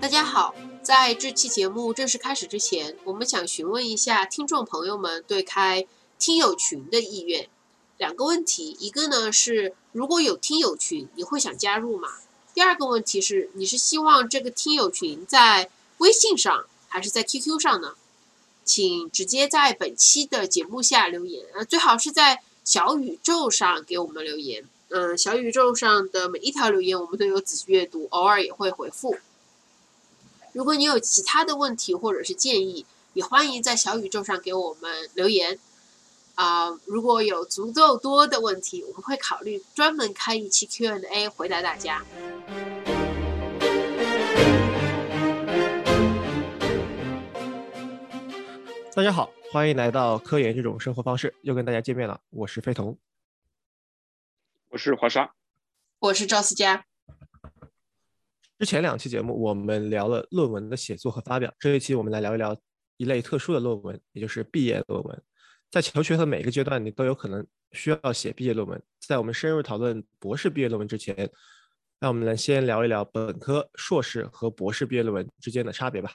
大家好，在这期节目正式开始之前，我们想询问一下听众朋友们对开听友群的意愿。两个问题，一个呢是如果有听友群，你会想加入吗？第二个问题是，你是希望这个听友群在微信上还是在 QQ 上呢？请直接在本期的节目下留言，最好是在小宇宙上给我们留言。小宇宙上的每一条留言我们都有仔细阅读，偶尔也会回复。如果你有其他的问题或者是建议，也欢迎在小宇宙上给我们留言。如果有足够多的问题，我们会考虑专门开一期 Q&A 回答大家。 大家好，欢迎来到科研这种生活方式，又跟大家见面了。我是飞彤， 我是华沙， 我是赵思佳。 之前两期节目我们聊了论文的写作和发表，这一期我们来聊一聊一类特殊的论文，也就是毕业论文。在求学的每个阶段，你都有可能需要写毕业论文。在我们深入讨论博士毕业论文之前，让我们来先聊一聊本科、硕士和博士毕业论文之间的差别吧。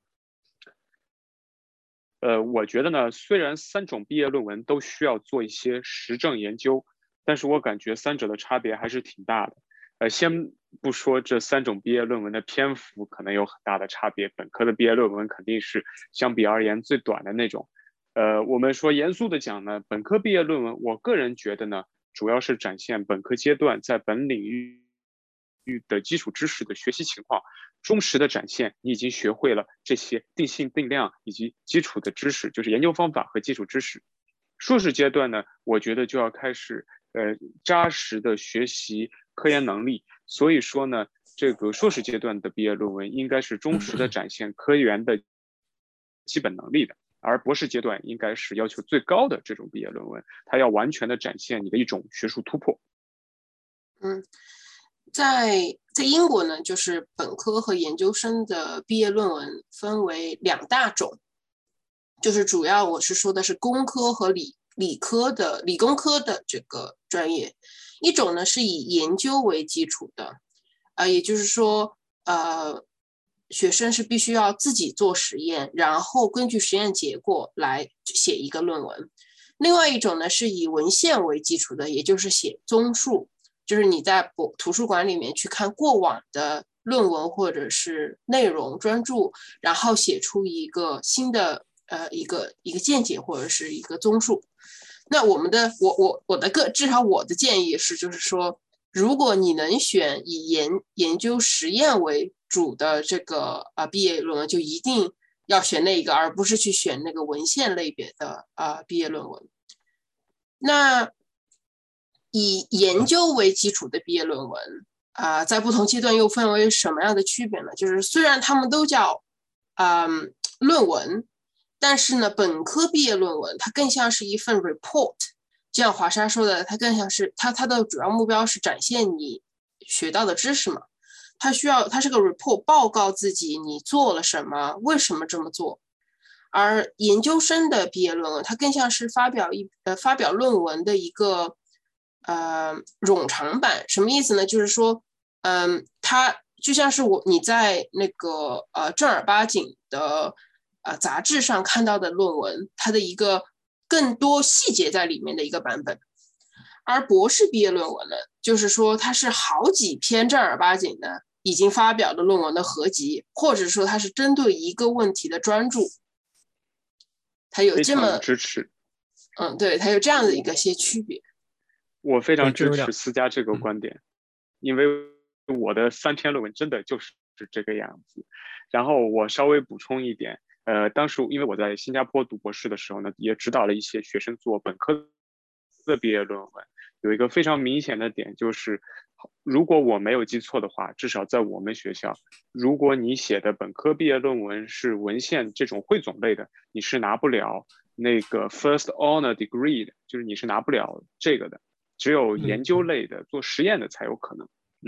我觉得呢，虽然三种毕业论文都需要做一些实证研究，但是我感觉三者的差别还是挺大的。先不说这三种毕业论文的篇幅可能有很大的差别，本科的毕业论文肯定是相比而言最短的那种。我们说严肃的讲呢，本科毕业论文，我个人觉得呢，主要是展现本科阶段在本领域的基础知识的学习情况，忠实的展现你已经学会了这些定性定量以及基础的知识，就是研究方法和基础知识。硕士阶段呢，我觉得就要开始扎实的学习科研能力，所以说呢，这个硕士阶段的毕业论文应该是忠实的展现科研的基本能力的，而博士阶段应该是要求最高的这种毕业论文，它要完全的展现你的一种学术突破。 在英国呢，就是本科和研究生的毕业论文分为两大种，就是主要我是说的是工科和理工科的这个专业。一种呢是以研究为基础的，也就是说，学生是必须要自己做实验，然后根据实验结果来写一个论文。另外一种呢是以文献为基础的，也就是写综述，就是你在图书馆里面去看过往的论文或者是内容专著，然后写出一个新的一个见解或者是一个综述。那至少我的建议是，就是说，如果你能选以研究实验为主的这个毕业论文，就一定要选那个，而不是去选那个文献类别的毕业论文。那以研究为基础的毕业论文在不同阶段又分为什么样的区别呢？就是虽然他们都叫论文，但是呢，本科毕业论文它更像是一份 report， 就像华沙说的，它更像是它的主要目标是展现你学到的知识嘛。它是个 report， 报告自己你做了什么，为什么这么做。而研究生的毕业论文，它更像是发表论文的一个冗长版。什么意思呢？就是说，它就像是你在那个正儿八经的杂志上看到的论文，它的一个更多细节在里面的一个版本。而博士毕业论文呢，就是说它是好几篇正儿八经的已经发表的论文的合集，或者说它是针对一个问题的专著。它有这么支持， 对，它有这样的一些区别。 我非常支持思佳这个观点，因为我的3篇论文真的就是这个样子。然后我稍微补充一点，当时因为我在新加坡读博士的时候呢，也指导了一些学生做本科的毕业论文，有一个非常明显的点就是，如果我没有记错的话，至少在我们学校，如果你写的本科毕业论文是文献这种汇总类的，你是拿不了那个 first honor degree 的，就是你是拿不了这个的，只有研究类的做实验的才有可能。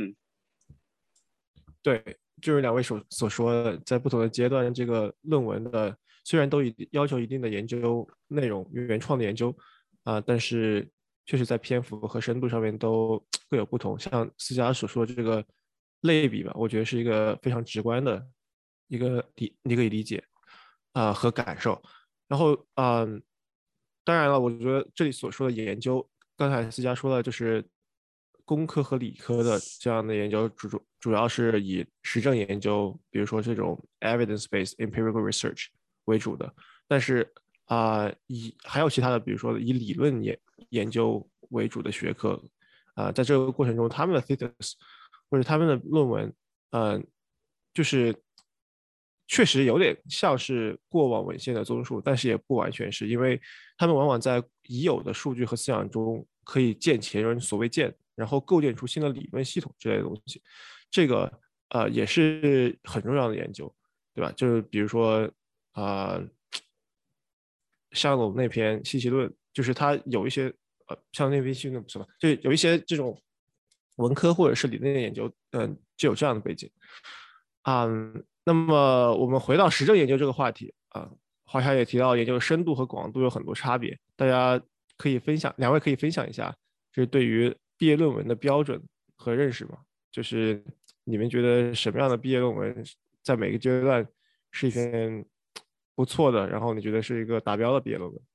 对，就是两位所说的，在不同的阶段，这个论文的虽然都要求一定的研究内容、原创的研究但是确实在篇幅和深度上面都各有不同。像思佳所说的这个类比吧，我觉得是一个非常直观的理解和感受。然后当然了，我觉得这里所说的研究，刚才思佳说了，就是工科和理科的这样的研究主要是以实证研究，比如说这种 evidence-based empirical research 为主的。但是还有其他的，比如说以理论研究为主的学科，在这个过程中，他们的 thesis 或者他们的论文，就是确实有点像是过往文献的综述，但是也不完全是，因为他们往往在已有的数据和思想中可以见前人所未见，然后构建出新的理论系统之类的东西。这个也是很重要的研究，对吧？就是比如说像我们那篇信息论，就是它有一些像那篇信息论不是吧？就有一些这种文科或者是理论研究，就有这样的背景。那么我们回到实证研究这个话题华夏也提到研究深度和广度有很多差别，大家可以分享，两位可以分享一下，就是对于毕业论文的标准和认识吗？就是你们觉得什么样的毕业论文在每个阶段是一篇不错的，然后你觉得是一个达标的毕业论文？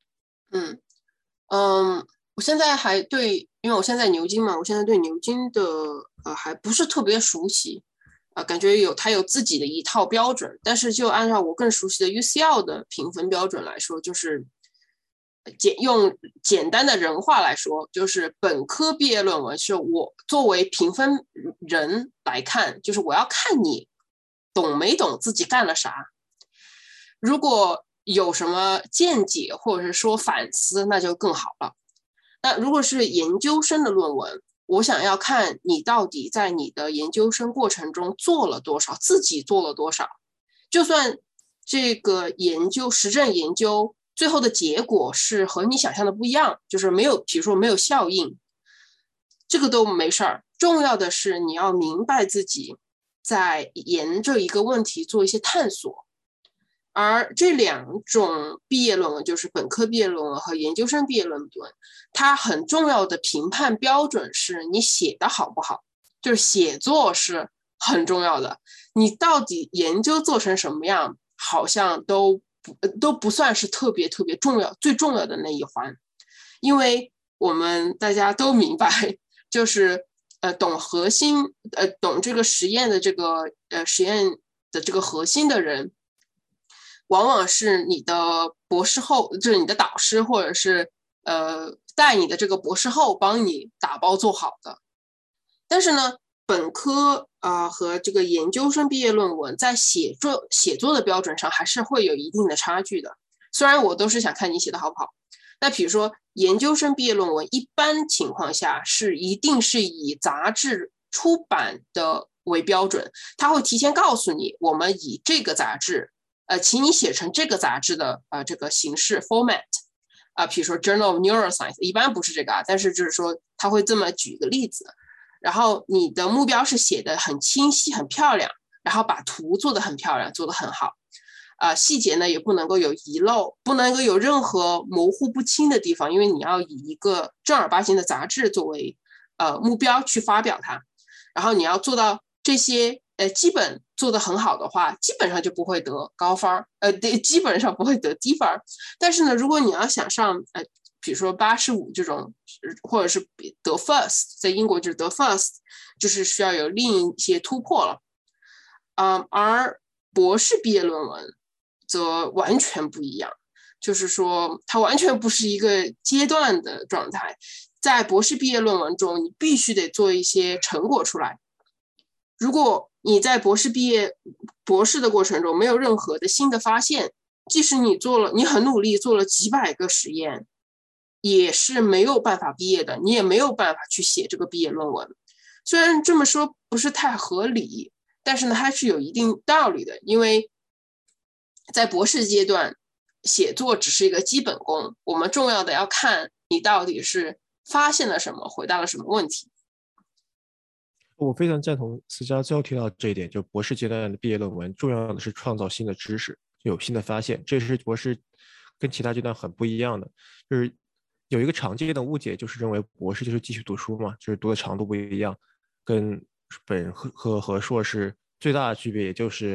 我现在还对，因为我现在牛津嘛，我现在对牛津的还不是特别熟悉。感觉它有自己的一套标准，但是就按照我更熟悉的 UCL 的评分标准来说，就是用简单的人话来说，就是本科毕业论文是我作为评分人来看，就是我要看你懂没懂自己干了啥，如果有什么见解或者是说反思，那就更好了。那如果是研究生的论文，我想要看你到底在你的研究生过程中做了多少，自己做了多少。就算这个实证研究最后的结果是和你想象的不一样，就是没有，比如说没有效应，这个都没事儿。重要的是你要明白自己在沿着一个问题做一些探索。而这两种毕业论文，就是本科毕业论文和研究生毕业论文，它很重要的评判标准是你写的好不好，就是写作是很重要的。你到底研究做成什么样，好像都不算是特别特别重要，最重要的那一环。因为我们大家都明白，就是懂核心，懂这个实验的这个实验的这个核心的人，往往是你的博士后，就是你的导师，或者是带你的这个博士后帮你打包做好的。但是呢，本科和这个研究生毕业论文在写作的标准上还是会有一定的差距的。虽然我都是想看你写的好不好，那比如说研究生毕业论文，一般情况下一定是以杂志出版的为标准，他会提前告诉你，我们以这个杂志。请你写成这个杂志的这个形式 format 比如说 Journal of Neuroscience， 一般不是这个但是就是说他会这么举一个例子，然后你的目标是写的很清晰很漂亮，然后把图做得很漂亮，做得很好细节呢也不能够有遗漏，不能够有任何模糊不清的地方，因为你要以一个正儿八经的杂志作为目标去发表它，然后你要做到这些基本做得很好的话，基本上就不会得高分基本上不会得低分。但是呢，如果你要想上比如说85这种，或者是得 first， 在英国就是得 first， 就是需要有另一些突破了。而博士毕业论文则完全不一样，就是说它完全不是一个阶段的状态。在博士毕业论文中，你必须得做一些成果出来。如果你在博士的过程中没有任何的新的发现，即使你很努力做了几百个实验，也是没有办法毕业的，你也没有办法去写这个毕业论文。虽然这么说不是太合理，但是呢还是有一定道理的，因为在博士阶段写作只是一个基本功，我们重要的要看你到底是发现了什么，回答了什么问题。 我非常赞同思佳最后提到这一点，就博士阶段的毕业论文重要的是创造新的知识，有新的发现，这是博士跟其他阶段很不一样的。就是有一个常见的误解，就是认为博士就是继续读书嘛，就是读的长度不一样，跟本科和硕士最大的区别也就是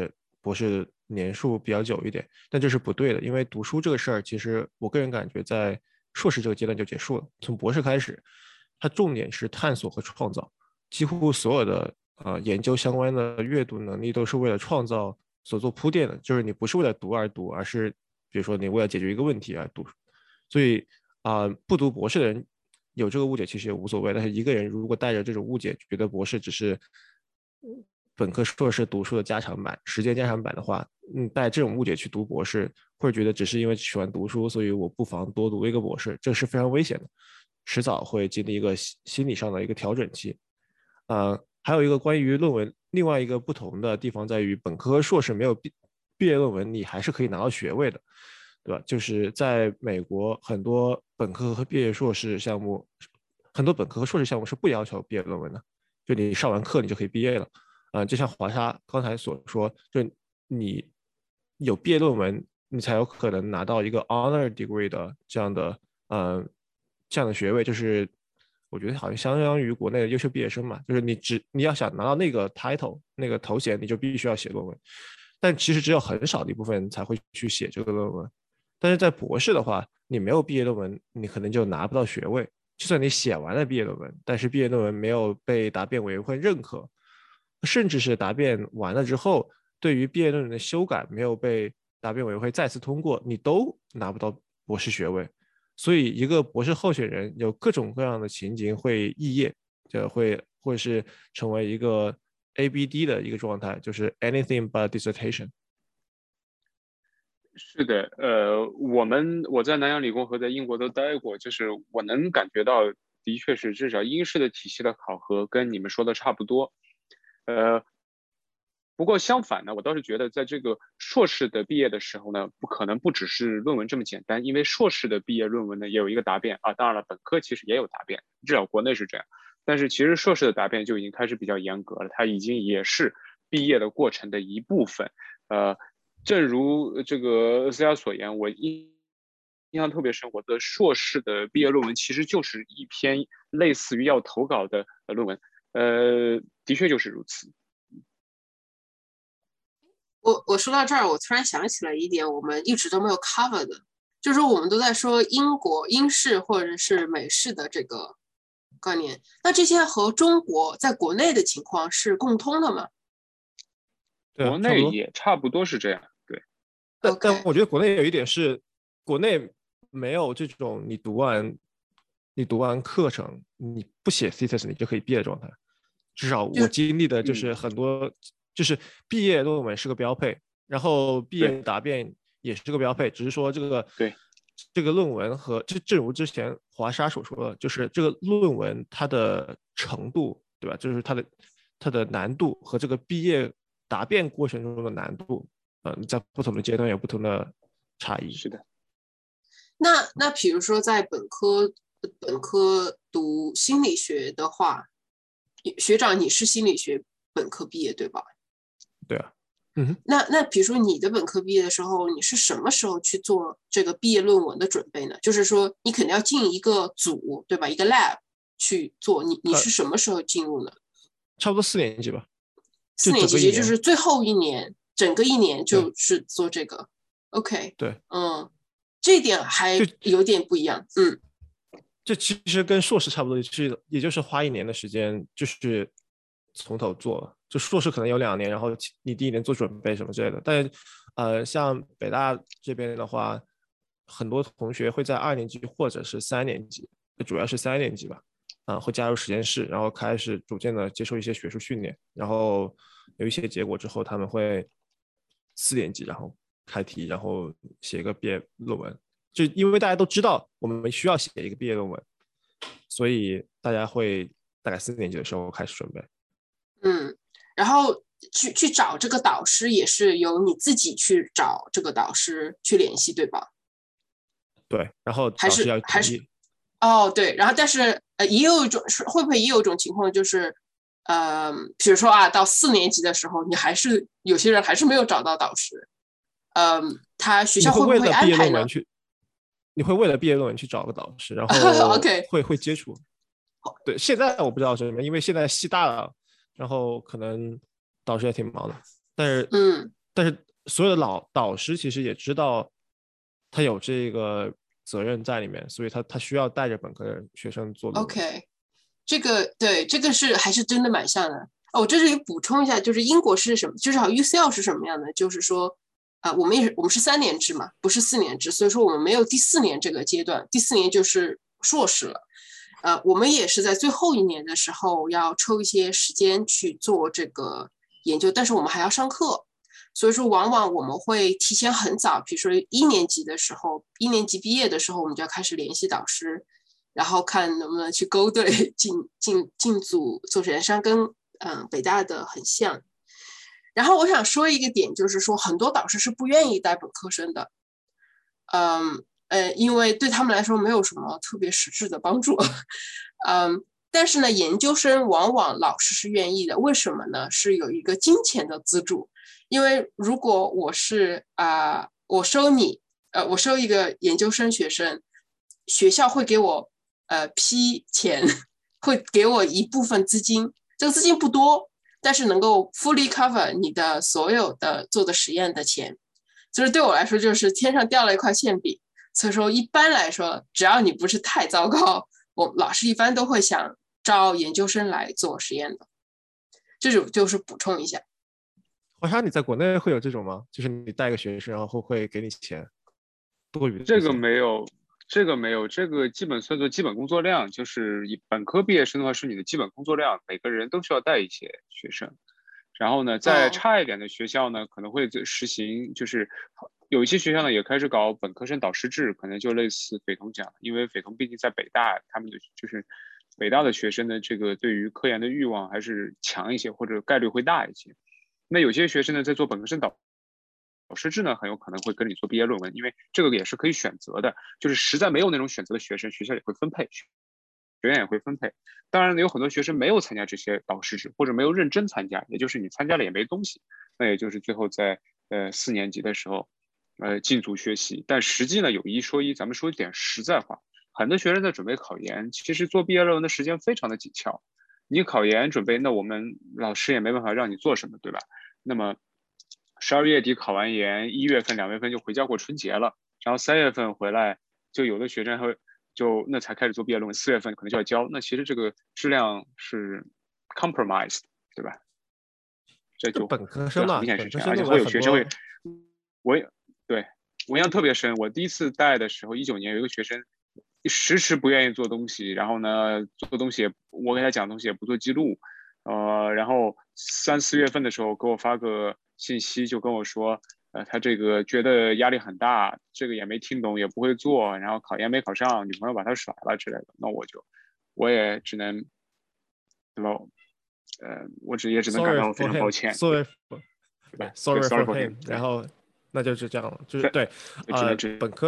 博士年数比较久一点，但这是不对的，因为读书这个事儿，其实我个人感觉在硕士这个阶段就结束了，从博士开始，它重点是探索和创造，几乎所有的研究相关的阅读能力都是为了创造所做铺垫的，就是你不是为了读而读，而是比如说你为了解决一个问题而读，所以不读博士的人有这个误解其实也无所谓，但是一个人如果带着这种误解，觉得博士只是本科硕士读书的加长版，时间加长版的话，带这种误解去读博士，或者觉得只是因为喜欢读书，所以我不妨多读一个博士，这是非常危险的，迟早会经历一个心理上的一个调整期。还有一个关于论文，另外一个不同的地方在于，本科和硕士没有毕业论文，你还是可以拿到学位的，对吧？就是在美国，很多本科和毕业硕士项目，很多本科和硕士项目是不要求毕业论文的，就你上完课你就可以毕业了。就像华沙刚才所说，就你有毕业论文，你才有可能拿到一个 honor degree 的这样的学位，就是我觉得好像相当于国内的优秀毕业生嘛，就是你要想拿到那个 title 那个头衔，你就必须要写论文，但其实只有很少的一部分人才会去写这个论文。但是在博士的话，你没有毕业论文，你可能就拿不到学位。就算你写完了毕业论文，但是毕业论文没有被答辩委员会认可，甚至是答辩完了之后，对于毕业论文的修改没有被答辩委员会再次通过，你都拿不到博士学位。所以一个博士候选人有各种各样的情景会肄业，就会是成为一个 ABD 的一个状态，就是 anything but dissertation。 是的，我在南洋理工和在英国都待过，就是我能感觉到，的确是至少英式的体系的考核跟你们说的差不多，不过相反呢，我倒是觉得在这个硕士的毕业的时候呢，不可能不只是论文这么简单，因为硕士的毕业论文呢也有一个答辩啊，当然了，本科其实也有答辩，至少国内是这样，但是其实硕士的答辩就已经开始比较严格了，它已经也是毕业的过程的一部分，正如这个思雅所言，我印象特别深，我的硕士的毕业论文其实就是一篇类似于要投稿的论文，的确就是如此。 我说到这儿，我突然想起来一点，我们一直都没有 cover 的，就是我们都在说英式或者是美式的这个概念，那这些和中国在国内的情况是共通的吗？ 对啊， 国内也差不多是这样，对。 但我觉得国内有一点是，国内没有这种你读完课程，你不写 thesis 你就可以毕业的状态。至少我经历的就是很多，就是毕业论文是个标配，然后毕业答辩也是个标配，只是说这个论文和正如之前华沙所说的，就是这个论文它的程度，对吧？就是它的难度和这个毕业答辩过程中的难度，在不同的阶段有不同的差异。 是的。 那比如说在本科读心理学的话，学长你是心理学本科毕业对吧？ 对啊。 那比如说你的本科毕业的时候，你是什么时候去做这个毕业论文的准备呢？就是说你肯定要进一个组，对吧？一个 lab 去做，你是什么时候进入呢？ 差不多4年级吧。 4年级就是最后一年，整个一年就是做这个。OK。 对。 这一点还有点不一样。 这其实跟硕士差不多，也就是花1年的时间，就是从头做。就硕士可能有2年，然后你第1年做准备什么之类的。但像北大这边的话，很多同学会在2年级或者是3年级，主要是3年级吧，会加入实验室，然后开始逐渐的接受一些学术训练，然后有一些结果之后，他们会4年级然后开题，然后写一个毕业论文。就因为大家都知道我们需要写一个毕业论文，所以大家会大概4年级的时候开始准备。 然后去找这个导师也是由你自己去找这个导师去联系，对吧？ 对，然后导师要同意。 对，然后但是也有一种会不会也有一种情况就是，比如说到4年级的时候，你还是有些人还是没有找到导师，他学校会不会安排呢？ 你会为了毕业论文去找个导师，然后会接触。对，现在我不知道是因为现在系大了，然后可能导师也挺忙的，但是但是所有的导师其实也知道他有这个责任在里面，所以他需要带着本科的学生做论文。 OK， 这个对，这个是还是真的蛮像的。我这里补充一下，就是英国是什么，至少 UCL 是什么样的？就是说，我们是3年制嘛，不是4年制，所以说我们没有第4年这个阶段，第4年就是硕士了。我们也是在最后1年的时候要抽一些时间去做这个研究，但是我们还要上课，所以说往往我们会提前很早，比如说1年级的时候，1年级毕业的时候，我们就要开始联系导师，然后看能不能去勾兑进组做实验上，跟北大的很像。然后我想说一个点，就是说很多导师是不愿意带本科生的，因为对他们来说没有什么特别实质的帮助，但是呢，研究生往往老师是愿意的，为什么呢？是有一个金钱的资助，因为如果我是我收一个研究生学生，学校会给我批钱，会给我一部分资金，这个资金不多，但是能够 fully cover 你的所有的做的实验的钱，就是对我来说就是天上掉了一块馅饼。所以说一般来说，只要你不是太糟糕，我老师一般都会想招研究生来做实验的。这种就是补充一下。 华莎，你在国内会有这种吗？就是你带个学生，然后会给你钱，多余的钱？ 这个没有，这个基本算作基本工作量，就是以本科毕业生的话是你的基本工作量，每个人都需要带一些学生。然后呢，再差一点的学校呢，可能会实行，就是有一些学校呢也开始搞本科生导师制，可能就类似斐同讲，因为斐同毕竟在北大，他们的就是北大的学生的这个对于科研的欲望还是强一些，或者概率会大一些。那有些学生呢在做本科生导师制呢，很有可能会跟你做毕业论文，因为这个也是可以选择的，就是实在没有那种选择的学生，学校也会分配。学院也会分配，当然有很多学生没有参加这些导师制，或者没有认真参加，也就是你参加了也没东西，那也就是最后在4年级的时候，进组学习。但实际呢，有一说一，咱们说一点实在话，很多学生在准备考研，其实做毕业论文的时间非常的紧俏。你考研准备，那我们老师也没办法让你做什么，对吧？那么12月底考完研，1月份、2月份就回家过春节了，然后3月份回来，就有的学生会。那才开始做毕业论文，4月份可能就要交，那其实这个质量是 compromised， 对吧？这就本科生嘛， 明显是这样，而且会有学生会，我印象特别深。我第一次带的时候，19年有一个学生迟不愿意做东西，然后呢做东西我给他讲东西也不做记录，然后3、4月份的时候给我发个信息就跟我说。他这个觉得压力很大，这个也没听懂，也不会做，然后考研没考上，女朋友把他甩了之类的，那我也只能，对吧？我也只能感到非常抱歉。 Sorry for him。然后那就是这样了，就是对，本科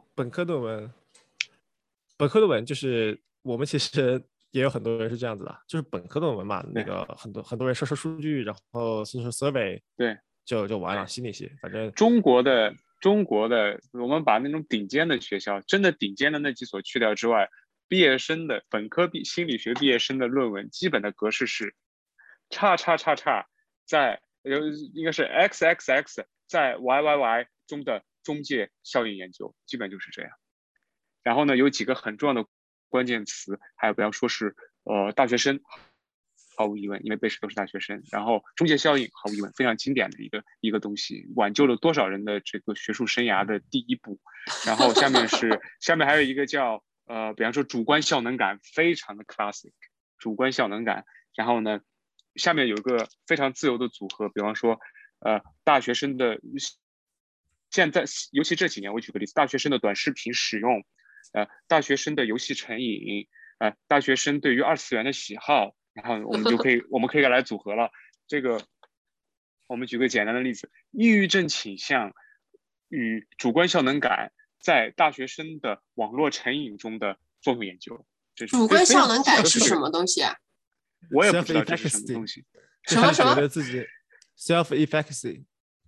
论文就是我们其实也有很多人是这样子的，就是本科论文嘛，那个很多人收数据，然后做 survey， 对。 就完了，心理系，反正中国的，我们把那种顶尖的学校，真的顶尖的那几所去掉之外，毕业生的本科心理学毕业生的论文，基本的格式是叉在应该是 XXX 在 YYY 中的中介效应研究，基本就是这样。然后呢，有几个很重要的关键词，还有不要说是大学生。毫无疑问，因为被试都是大学生。然后中介效应，毫无疑问，非常经典的一个东西，挽救了多少人的这个学术生涯的第一步。然后下面还有一个叫比方说主观效能感，非常的 classic， 主观效能感。然后呢，下面有一个非常自由的组合，比方说大学生的现在尤其这几年，我举个例子，大学生的短视频使用，大学生的游戏成瘾，大学生对于2次元的喜好。然后我们可以来组合了。这个，我们举个简单的例子：抑郁症倾向与主观效能感在大学生的网络成瘾中的作用研究。 主观效能感是什么东西啊？ 我也不知道这是什么东西。 什么觉得自己 self efficacy，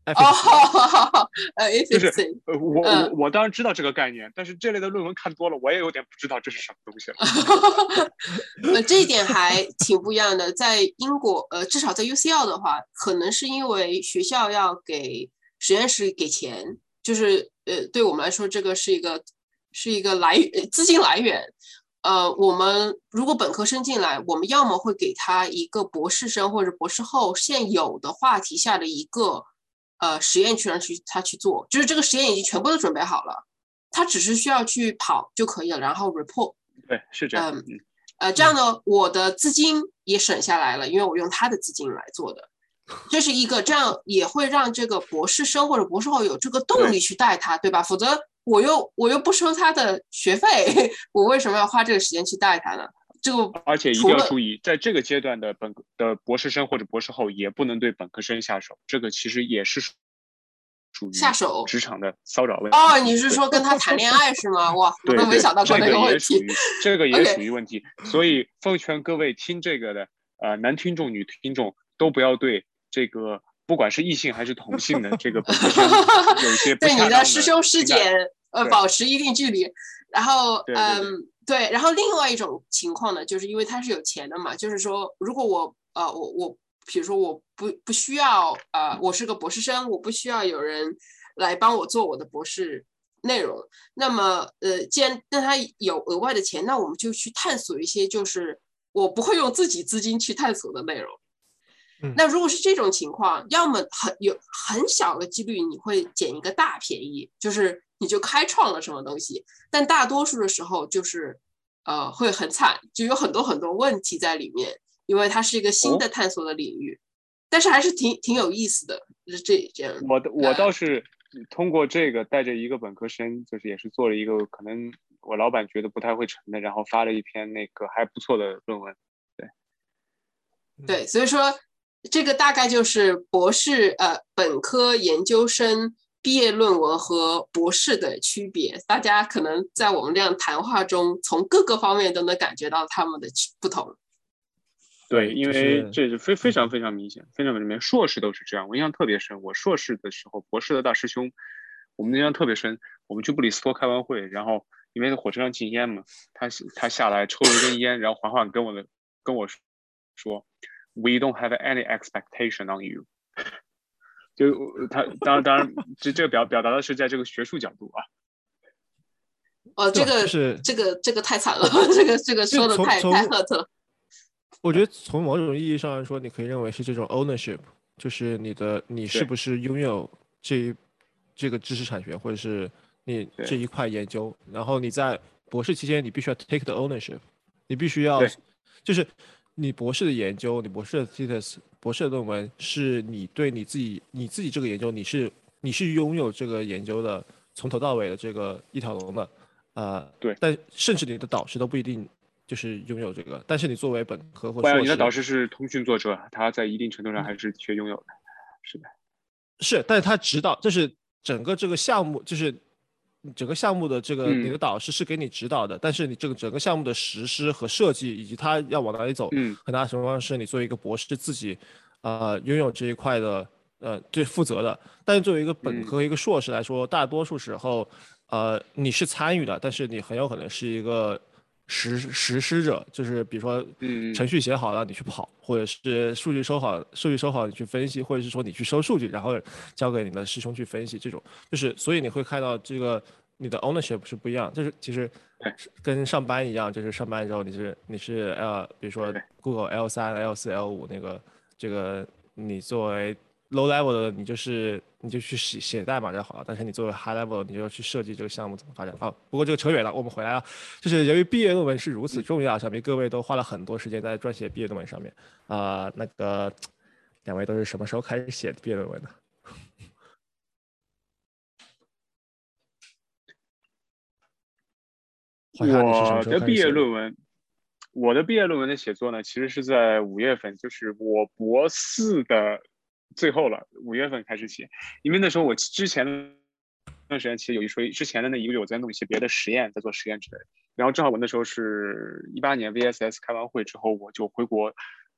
就是 efficacy， 我当然知道这个概念，但是这类的论文看多了，我也有点不知道这是什么东西了。 这一点还挺不一样的。在英国，至少在 UCL 的话，可能是因为学校要给实验室给钱，就是对我们来说，这个是一个资金来源。我们如果本科生进来，我们要么会给他一个博士生或者博士后现有的话题下的一个实验去让他去做，就是这个实验已经全部都准备好了，他只是需要去跑就可以了，然后 report。 对，是这样。 这样呢，我的资金也省下来了，因为我用他的资金来做的。这是一个，这样也会让这个博士生或者博士后有这个动力去带他，对吧？否则我又不收他的学费，我为什么要花这个时间去带他呢？这个而且一定要注意，在这个阶段的博士生或者博士后也不能对本科生下手，这个其实也是属于下手职场的骚扰问题。 哦，你是说跟他谈恋爱是吗？哇，我都没想到过那个问题。 这个也属于问题，所以奉劝各位听这个的男听众、女听众都不要对这个不管是异性还是同性的这个本科生有一些不恰当的对你的师兄师姐保持一定距离。然后对，然后另外一种情况呢，就是因为他是有钱的嘛，就是说如果我比如说我不需要我是个博士生，我不需要有人来帮我做我的博士内容，那么既然那他有额外的钱，那我们就去探索一些就是我不会用自己资金去探索的内容。那如果是这种情况，要么有很小的几率你会捡一个大便宜，就是你就开创了什么东西，但大多数的时候就是会很惨，就有很多很多问题在里面，因为它是一个新的探索的领域，但是还是挺有意思的。这样， 我倒是通过这个带着一个本科生，就是也是做了一个可能我老板觉得不太会成的，然后发了一篇那个还不错的论文。 对，所以说这个大概就是博士本科研究生毕业论文和博士的区别，大家可能在我们这样谈话中从各个方面都能感觉到他们的不同。 对，因为这是非常非常明显，非常明显。硕士都是这样，我印象特别深。我硕士的时候，博士的大师兄，我们印象特别深。我们去布里斯托开完会，然后因为火车上禁烟嘛，他下来抽了一根烟，然后缓缓跟我说 ，We don't have any expectation on you 。就他当然，这个表达的是在这个学术角度啊。 这个太惨了，这个说的太 hurt 了。 我觉得从某种意义上来说，你可以认为是这种 ownership， 就是你是不是拥有这个知识产权，或者是你这一块研究，然后你在博士期间你必须要 take the ownership， 你必须要就是你博士的研究，你博士的 thesis， 博士的论文是你对你自己这个研究你是拥有这个研究的从头到尾的这个一条龙的， 对， 但甚至你的导师都不一定就是拥有这个，但是你作为本科或硕士， 你的导师是通讯作者，他在一定程度上还是的确拥有的，是的， 是，但是他指导，就是整个这个项目，就是整个项目的这个你的导师是给你指导的，但是你这个整个项目的实施和设计以及他要往哪里走，很大程度上是你作为一个博士自己拥有这一块的对负责的，但是作为一个本科和一个硕士来说，大多数时候你是参与的，但是你很有可能是一个实施者，就是比如说程序写好了你去跑，或者是数据收好你去分析，或者是说你去收数据然后交给你的师兄去分析，这种就是所以你会看到这个你的 ownership 是不一样，就是其实跟上班一样，就是上班之后你是比如说 Google L3、L4、L5 那个这个你作为low level 的你就去写代码就好了，但是你作为 high level 你就要去设计这个项目怎么发展。不过这个扯远了，我们回来了，就是由于毕业论文是如此重要，想必各位都花了很多时间在撰写毕业论文上面那个两位都是什么时候开始写毕业论文的？ 我的毕业论文的写作呢，其实是在5月份，就是我博士的最后了，5月份开始写，因为那时候我之前那段时间其实有一说之前的那1个月我在弄一些别的实验，在做实验之类的，然后正好我那时候是18年 VSS 开完会之后，我就回国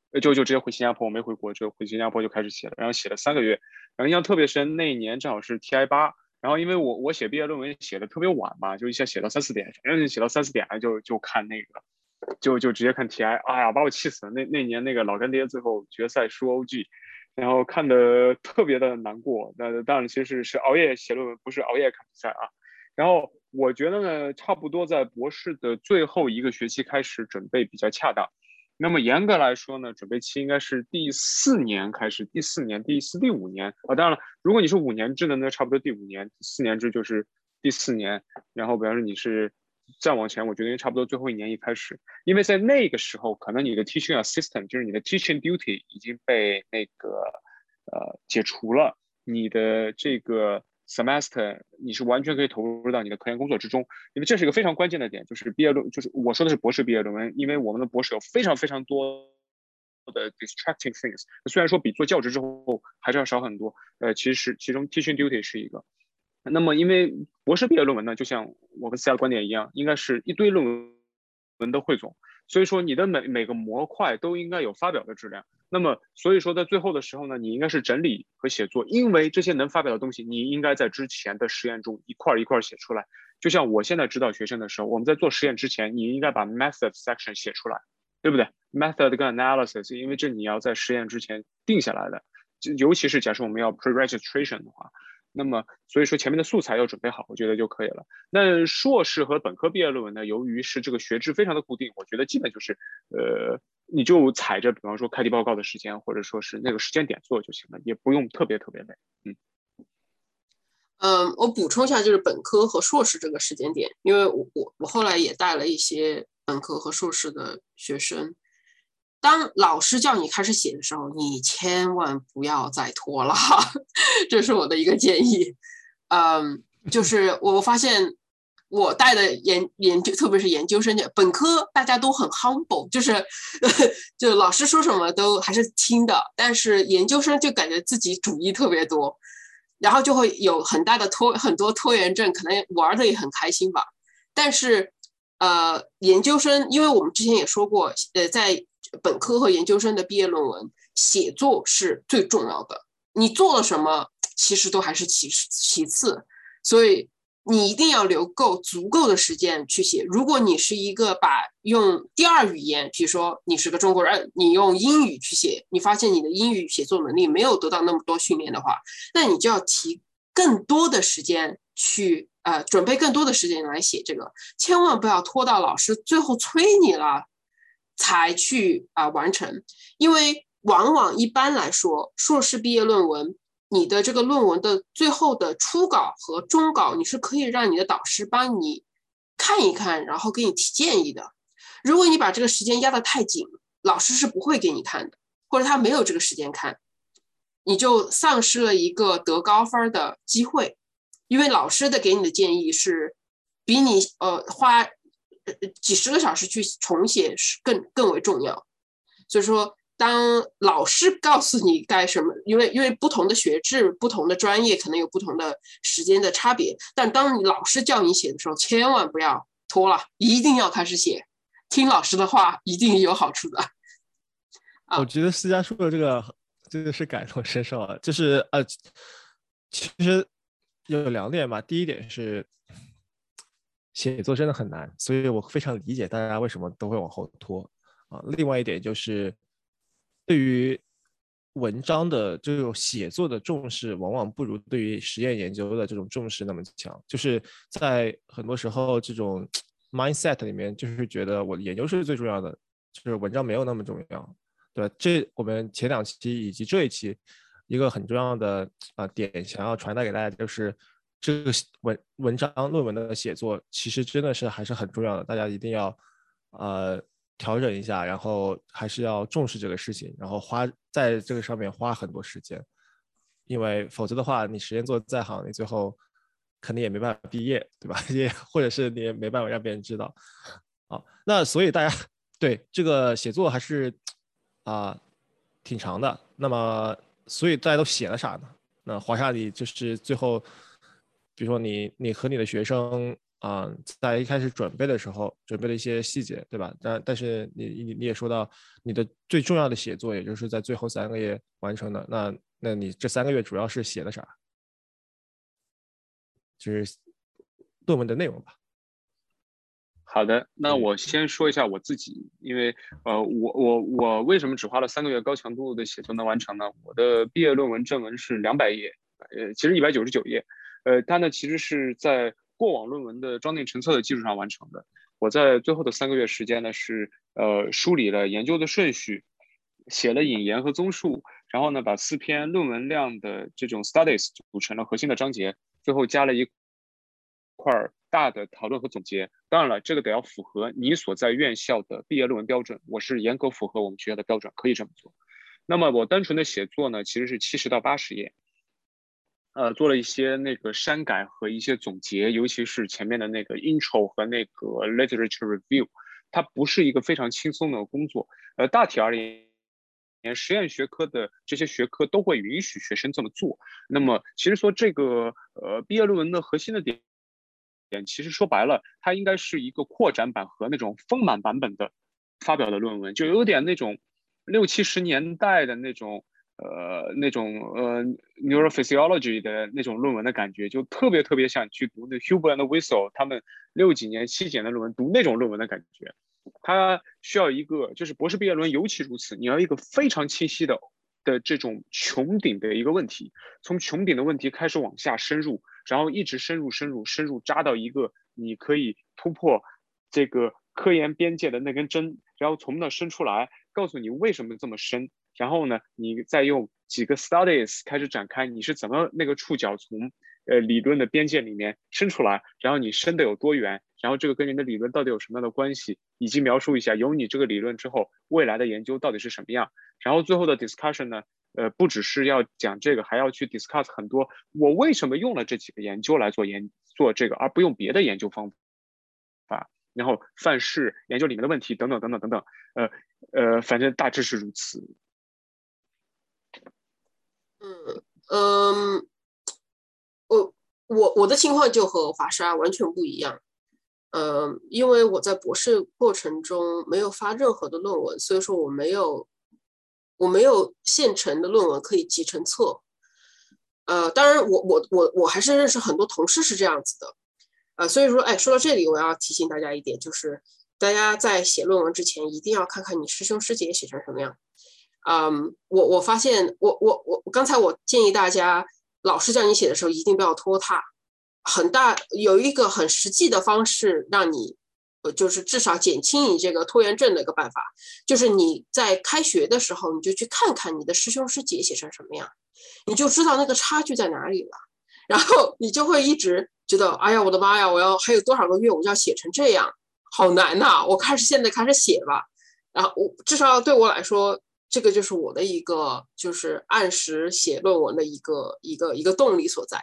就直接回新加坡，我没回国，就回新加坡就开始写了，然后写了3个月，然后印象特别深，那一年正好是 TI8，然后因为我写毕业论文写的特别晚嘛，就一下写到3、4点，反正写到3、4点就看那个，就直接看 TI，哎呀，把我气死了。那年那个老干爹最后决赛输 OG，然后看的特别的难过。那当然其实是熬夜写论文，不是熬夜看比赛啊。然后我觉得呢，差不多在博士的最后1个学期开始准备比较恰当。那么严格来说呢，准备期应该是第4年开始，第4年、第4、第5年啊。当然了，如果你是5年制的，那差不多第5年；4年制就是第4年。然后，比方说你是再往前，我觉得差不多最后1年一开始，因为在那个时候，可能你的 teaching assistant 就是你的 teaching duty 已经被那个解除了，你的这个 semester 你是完全可以投入到你的科研工作之中，因为这是一个非常关键的点，就是毕业论，就是我说的是博士毕业论文，因为我们的博士有非常非常多的 distracting things， 虽然说比做教职之后还是要少很多，其中 teaching duty 是一个。那么，因为博士毕业论文呢，就像我跟思佳的观点一样，应该是一堆论文的汇总，所以说你的每个模块都应该有发表的质量。那么，所以说在最后的时候呢，你应该是整理和写作，因为这些能发表的东西，你应该在之前的实验中一块一块写出来。就像我现在指导学生的时候，我们在做实验之前，你应该把 method section 写出来，对不对 ？method 跟 analysis， 因为这你要在实验之前定下来的，尤其是假设我们要 pre-registration 的话。那么，所以说前面的素材要准备好，我觉得就可以了。那硕士和本科毕业论文呢，由于是这个学制非常的固定，我觉得基本就是，你就踩着，比方说开题报告的时间，或者说是那个时间点做就行了，也不用特别特别累。 我补充一下，就是本科和硕士这个时间点，因为我后来也带了一些本科和硕士的学生。当老师叫你开始写的时候，你千万不要再拖了，这是我的一个建议。就是我发现我带的研究，特别是研究生本科，大家都很 humble，就老师说什么都还是听的，但是研究生就感觉自己主意特别多，然后就会有很多拖延症，可能玩的也很开心吧。但是研究生，因为我们之前也说过，在本科和研究生的毕业论文写作是最重要的，你做了什么其实都还是其次，所以你一定要留足够的时间去写。如果你是一个用第二语言，比如说你是个中国人，你用英语去写，你发现你的英语写作能力没有得到那么多训练的话，那你就要提更多的时间去准备更多的时间来写这个，千万不要拖到老师最后催你了才去完成，因为往往一般来说，硕士毕业论文，你的这个论文的最后的初稿和终稿，你是可以让你的导师帮你看一看，然后给你提建议的。如果你把这个时间压得太紧，老师是不会给你看的，或者他没有这个时间看，你就丧失了一个得高分的机会，因为老师的给你的建议是比你花几十个小时去重写是更为重要。所以说，当老师告诉你该什么，因为不同的学制、不同的专业可能有不同的时间的差别，但当你老师叫你写的时候，千万不要拖了，一定要开始写，听老师的话一定有好处的。 我觉得思佳说的这个是感同身受啊，就是其实有2点吧。第一点是写作真的很难，所以我非常理解大家为什么都会往后拖啊。另外一点就是对于文章的这种写作的重视，往往不如对于实验研究的这种重视那么强。就是在很多时候这种 mindset 里面，就是觉得我的研究是最重要的，就是文章没有那么重要。对吧？这我们前2期以及这一期一个很重要的点，想要传达给大家，就是这个文章论文的写作其实真的是还是很重要的，大家一定要调整一下，然后还是要重视这个事情，然后在这个上面花很多时间，因为否则的话，你实验做得再好，你最后肯定也没办法毕业，对吧？或者是你也没办法让别人知道。好，那所以大家对这个写作还是挺长的。那么所以大家都写了啥呢？那华夏里就是最后比如说你和你的学生在一开始准备的时候准备了一些细节，对吧？但是你也说到你的最重要的写作，也就是在最后3个月完成的。那你这3个月主要是写的啥？就是论文的内容吧。 好的，那我先说一下我自己，因为我为什么只花了3个月高强度的写作能完成呢？我的毕业论文正文是200页，其实199页，它呢其实是在过往论文的装订成册的基础上完成的。我在最后的3个月时间呢是梳理了研究的顺序，写了引言和综述，然后呢把4篇论文量的这种 studies 组成了核心的章节，最后加了一块大的讨论和总结。当然了，这个得要符合你所在院校的毕业论文标准，我是严格符合我们学校的标准，可以这么做。那么我单纯的写作呢，其实是70到80页，做了一些那个删改和一些总结，尤其是前面的那个 intro 和那个 literature review， 它不是一个非常轻松的工作。大体而言，实验学科的这些学科都会允许学生这么做。那么其实说这个毕业论文的核心的点，其实说白了，它应该是一个扩展版和那种丰满版本的发表的论文，就有点那种60、70年代的那种neurophysiology 的那种论文的感觉，就特别特别像去读那 Huber and Wissel 他们60几年、70几年的论文，读那种论文的感觉。它需要一个，就是博士毕业论文尤其如此，你要一个非常清晰的这种穹顶的一个问题，从穹顶的问题开始往下深入，然后一直深入扎到一个你可以突破这个科研边界的那根针，然后从那伸出来，告诉你为什么这么深，然后呢，你再用几个 studies 开始展开，你是怎么那个触角从理论的边界里面伸出来，然后你伸的有多远，然后这个跟你的理论到底有什么样的关系，以及描述一下有你这个理论之后未来的研究到底是什么样。然后最后的 discussion 呢，不只是要讲这个，还要去 discuss 很多我为什么用了这几个研究来做这个，而不用别的研究方法，然后范式研究里面的问题等等等等等等，反正大致是如此。 我的情况就和华沙完全不一样。因为我在博士过程中没有发任何的论文，所以说我没有现成的论文可以集成册。当然我还是认识很多同事是这样子的。所以说，说到这里，我要提醒大家一点，就是大家在写论文之前，一定要看看你师兄师姐写成什么样。我发现，我刚才我建议大家，老师叫你写的时候，一定不要拖沓。有一个很实际的方式，让你就是至少减轻你这个拖延症的一个办法，就是你在开学的时候，你就去看看你的师兄师姐写成什么样，你就知道那个差距在哪里了。然后你就会一直觉得，哎呀，我的妈呀，还有多少个月我就要写成这样，好难呐！我现在开始写吧。然后至少对我来说，这个就是我的一个就是按时写论文的一个动力所在。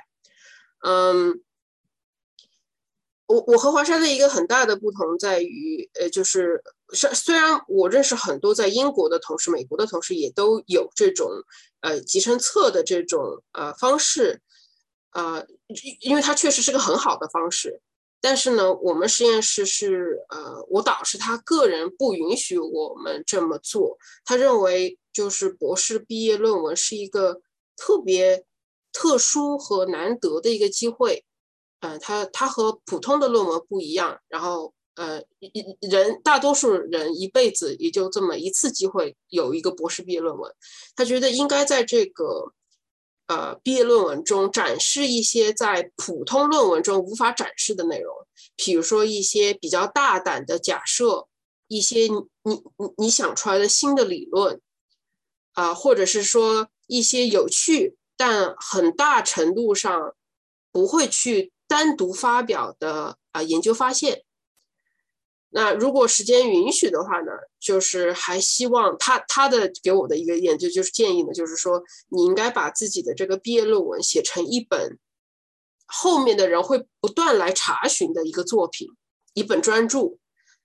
我和华山的一个很大的不同在于，就是虽然我认识很多在英国的同事、美国的同事也都有这种集成册的这种方式，因为它确实是个很好的方式。但是呢，我们实验室是我导师他个人不允许我们这么做，他认为就是博士毕业论文是一个特别特殊和难得的一个机会。它和普通的论文不一样，然后大多数人一辈子也就这么一次机会有一个博士毕业论文，他觉得应该在这个毕业论文中展示一些在普通论文中无法展示的内容，比如说一些比较大胆的假设，一些你想出来的新的理论，或者是说一些有趣但很大程度上不会去单独发表的研究发现。那如果时间允许的话呢，就是还希望他的给我的一个研究就是建议呢，就是说你应该把自己的这个毕业论文写成一本后面的人会不断来查询的一个作品，一本专著。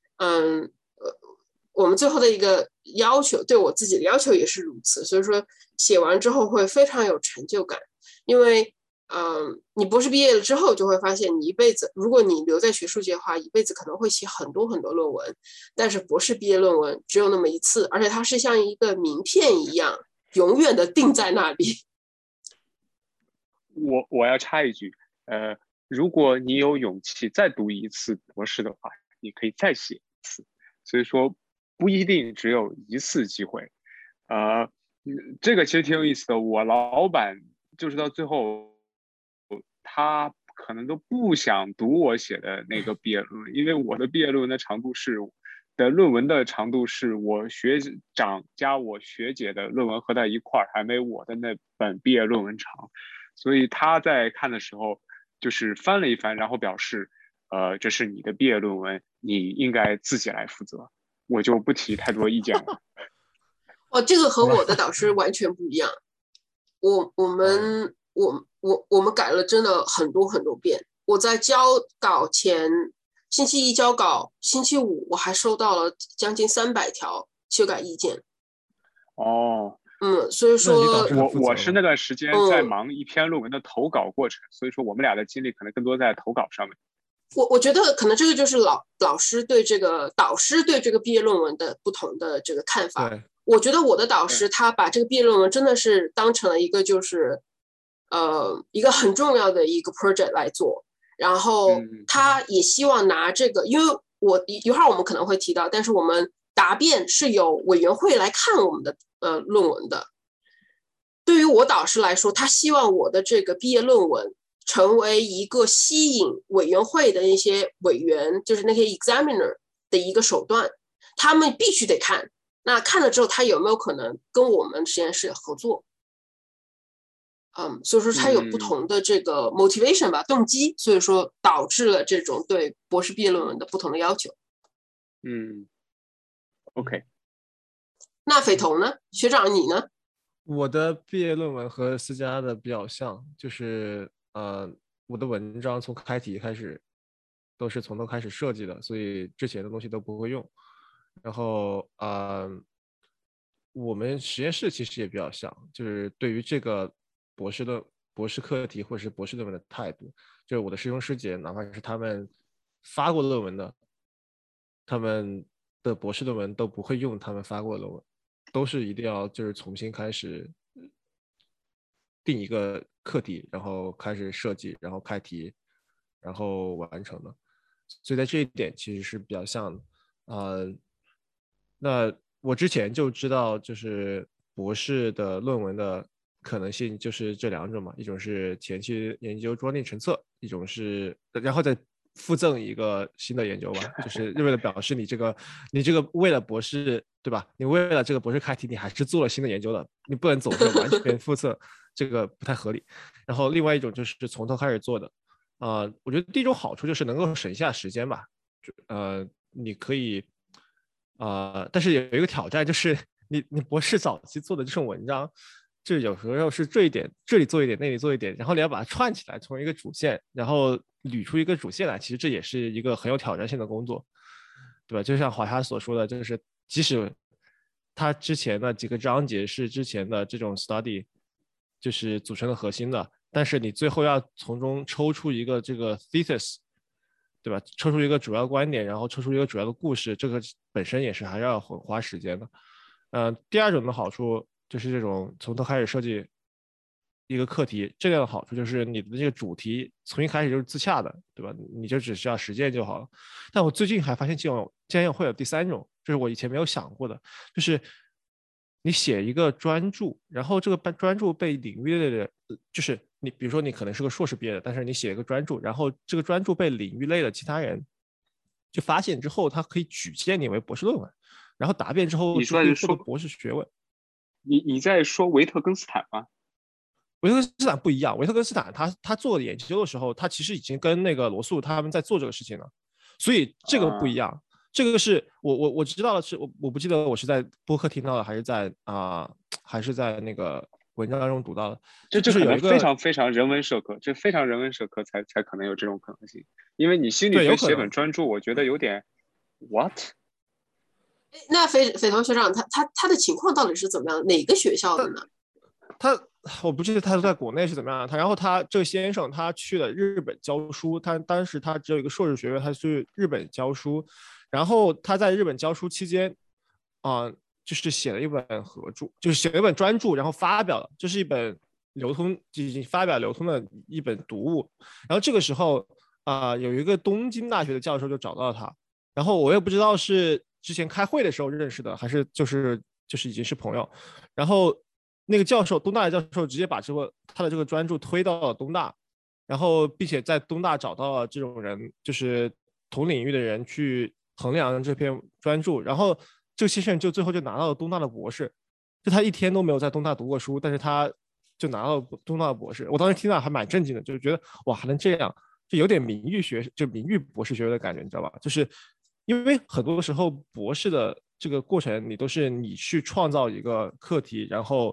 我们最后的一个要求，对我自己的要求也是如此，所以说写完之后会非常有成就感。因为你博士毕业了之后就会发现，你一辈子，如果你留在学术界的话，一辈子可能会写很多很多论文，但是博士毕业论文只有那么一次，而且它是像一个名片一样，永远的定在那里。 我要插一句，如果你有勇气再读一次博士的话，你可以再写一次，所以说不一定只有一次机会。这个其实挺有意思的。我老板就是到最后，他可能都不想读我写的那个毕业论文，因为我的毕业论文的长度是我学长加我学姐的论文合在一块儿，还没我的那本毕业论文长。所以他在看的时候，就是翻了一翻，然后表示，这是你的毕业论文，你应该自己来负责。我就不提太多意见了。 这个和我的导师完全不一样。我们改了真的很多很多遍。我在交稿前，星期一交稿，星期五我还收到了将近300条修改意见。 哦， 所以说我是那段时间在忙一篇论文的投稿过程，所以说我们俩的精力可能更多在投稿上面。 我觉得可能这个就是老师对这个导师对这个毕业论文的不同的这个看法。我觉得我的导师他把这个毕业论文真的是当成了一个就是一个很重要的一个 project 来做，然后他也希望拿这个，因为一会儿我们可能会提到，但是我们答辩是有委员会来看我们的论文的。对于我导师来说，他希望我的这个毕业论文成为一个吸引委员会的那些委员，就是那些 examiner 的一个手段，他们必须得看。那看了之后，他有没有可能跟我们实验室合作？所以说他有不同的这个 motivation 吧，动机，所以说导致了这种对博士毕业论文的不同的要求。 OK。 那斐彤呢？学长你呢？ 我的毕业论文和思佳的比较像，就是我的文章从开题开始都是从头开始设计的，所以之前的东西都不会用。然后我们实验室其实也比较像，就是对于这个博士课题或者是博士论文的态度，就是我的师兄师姐，哪怕是他们发过论文的，他们的博士论文都不会用他们发过的论文，都是一定要就是重新开始定一个课题，然后开始设计，然后开题，然后完成的。所以在这一点其实是比较像的。那我之前就知道，就是博士的论文的可能性就是这2种嘛，一种是前期研究装订成册，一种是然后再附赠一个新的研究吧，就是为了表示你这个为了博士，对吧？你为了这个博士开题，你还是做了新的研究的，你不能总是完全复测，这个不太合理。然后另外一种就是从头开始做的，我觉得第一种好处就是能够省下时间吧，你可以。但是有一个挑战，就是你博士早期做的这种文章，就有时候是这里做一点，那里做一点，然后你要把它串起来，成为一个主线，然后捋出一个主线来，其实这也是一个很有挑战性的工作，对吧？就像华夏所说的，就是即使他之前的几个章节是之前的这种 study 就是组成的核心的，但是你最后要从中抽出一个这个 thesis。对吧？抽出一个主要观点，然后抽出一个主要的故事，这个本身也是还要花时间的。第二种的好处就是这种从头开始设计一个课题，这样的好处就是你的这个主题从一开始就是自洽的，对吧？你就只需要实践就好了。但我最近还发现竟然会有第3种，就是我以前没有想过的，就是你写一个专著，然后这个专著被领域类的，就是你比如说你可能是个硕士毕业的，但是你写一个专著，然后这个专著被领域类的其他人就发现之后，他可以举荐你为博士论文，然后答辩之后就可以获得博士学位。 你在说维特根斯坦吗？ 维特根斯坦不一样，维特根斯坦他做研究的时候，他其实已经跟那个罗素他们在做这个事情了，所以这个不一样。这个是我知道的是，我不记得我是在播客听到的，还是在那个文章中读到的。 这就是有一个非常非常人文社科，这非常人文社科才可能有这种可能性。因为你心理学写本专著，我觉得有点 what？ 那斐彤学长他的情况到底是怎么样？哪个学校的呢？ 我不记得他在国内是怎么样，然后他这个先生他去了日本教书，他当时他只有一个硕士学位，他去日本教书，然后他在日本教书期间就是写了一本合著，就是写了一本专著，然后发表了，这是一本已经发表流通的一本读物。然后这个时候有一个东京大学的教授就找到他，然后我也不知道是之前开会的时候认识的，还是就是已经是朋友。然后那个教授，东大的教授直接把他的这个专著推到了东大，然后并且在东大找到了这种人，就是同领域的人去衡量这篇专著，然后这个先生就最后就拿到了东大的博士。就他一天都没有在东大读过书，但是他就拿到东大的博士。我当时听到还蛮震惊的，就是觉得哇，还能这样，就有点名誉博士学位的感觉，你知道吧？就是因为很多时候博士的这个过程，你都是你去创造一个课题，然后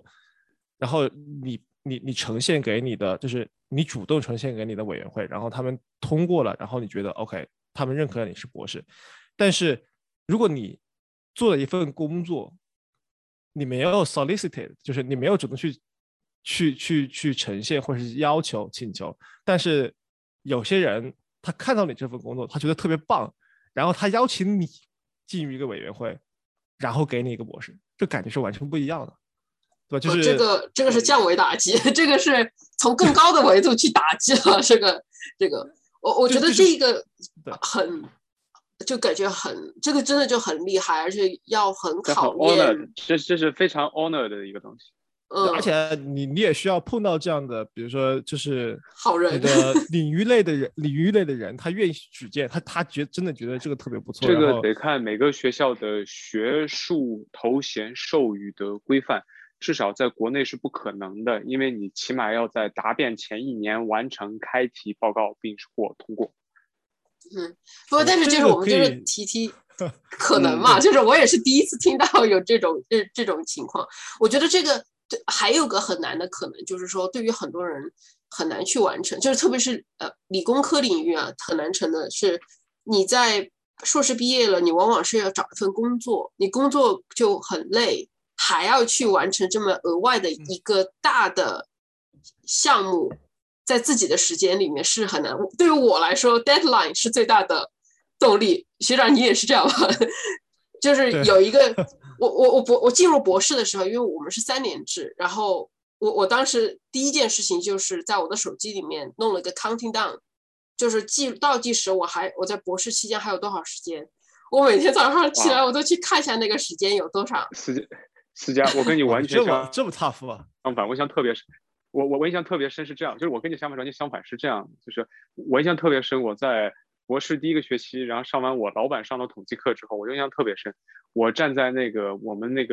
你呈现给你的，就是你主动呈现给你的委员会，然后他们通过了，然后你觉得 OK， 他们认可你是博士。但是如果你做了一份工作，你没有 solicited， 就是你没有主动去呈现或者是要求请求，但是有些人他看到你这份工作，他觉得特别棒，然后他邀请你进入一个委员会，然后给你一个博士，这感觉是完全不一样的，对吧？就是这个是降维打击，这个是从更高的维度去打击了这个我觉得这个很。就感觉这个真的就很厉害，而且要很考验， 这是非常 honor 的一个东西。 而且你也需要碰到这样的，比如说就是好人， 你的领域类的人，他愿意举荐，他真的觉得这个特别不错。 这个得看每个学校的学术头衔授予的规范，至少在国内是不可能的，因为你起码要在答辩前1年完成开题报告并获通过。 不过但是就是我们就是提可能嘛，就是我也是第一次听到有这种情况。我觉得这个还有个很难的可能，就是说对于很多人很难去完成，就是特别是理工科领域很难成的是，你在硕士毕业了，你往往是要找一份工作，你工作就很累，还要去完成这么额外的一个大的项目。在自己的时间里面是很难，对于我来说 deadline 是最大的动力。学长你也是这样吧？就是有一个我进入博士的时候，因为我们是3年制，然后我当时第一件事情就是在我的手机里面弄了一个 counting down， 就是倒计时我在博士期间还有多少时间，我每天早上起来我都去看一下那个时间有多少。 思佳，我跟你完全这么 tough 啊！ 相反，我想特别是我印象特别深是这样，就是我跟你想法完全相反是这样，就是我印象特别深，我在博士第1个学期，然后上完我老板上的统计课之后，我印象特别深，我站在我们那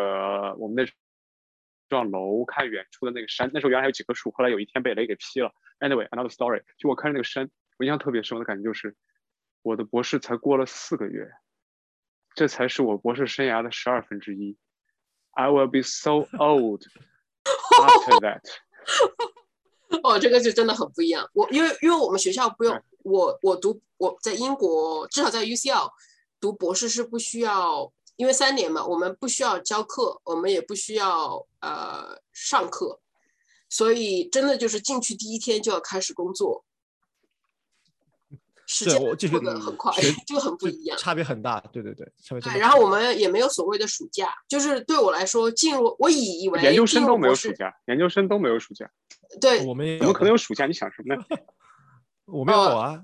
幢楼看远处的那个山，那时候原来还有几棵树，后来有一天被雷给劈了。Anyway, another story。就我看着那个山，我印象特别深，我的感觉就是我的博士才过了4个月，这才是我博士生涯的1/12。I will be so old after that 。 这个就真的很不一样。因为我们学校不用我在英国，至少在 UCL 读博士是不需要，因为3年嘛，我们不需要教课，我们也不需要上课，所以真的就是进去第1天就要开始工作，时间过得很快，就很不一样， 差别很大。对， 然后我们也没有所谓的暑假，就是对我来说，我以为研究生都没有暑假， 对， 我们可能有暑假，你想什么呢？ 我们有啊，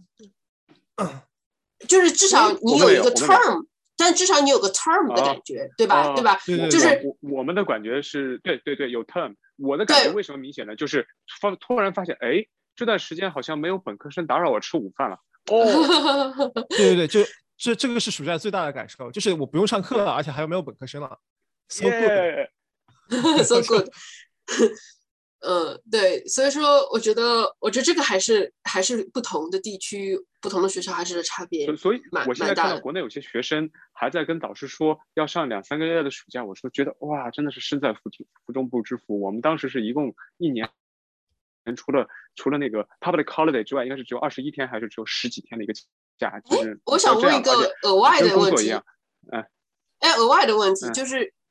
就是至少你有一个 term， 但至少你有个 term 的感觉，对吧？对吧？就是我们的感觉是对有 term。我的感觉为什么明显呢？就是突然发现，哎，这段时间好像没有本科生打扰我吃午饭了。 对，这个是暑假最大的感受，就是我不用上课了，而且还有没有本科生了 ，so good，so good 。对，所以说我觉得这个还是不同的地区、不同的学校还是差别。 所以我现在看到国内有些学生还在跟导师说要上2-3个月的暑假，我说觉得哇，真的是身在福中不知福。我们当时是一共1年，除了那个 public holiday 之外，应该是只有21天还是只有10几天的一个假。就是我想问一个额外的问题，额外的问题就是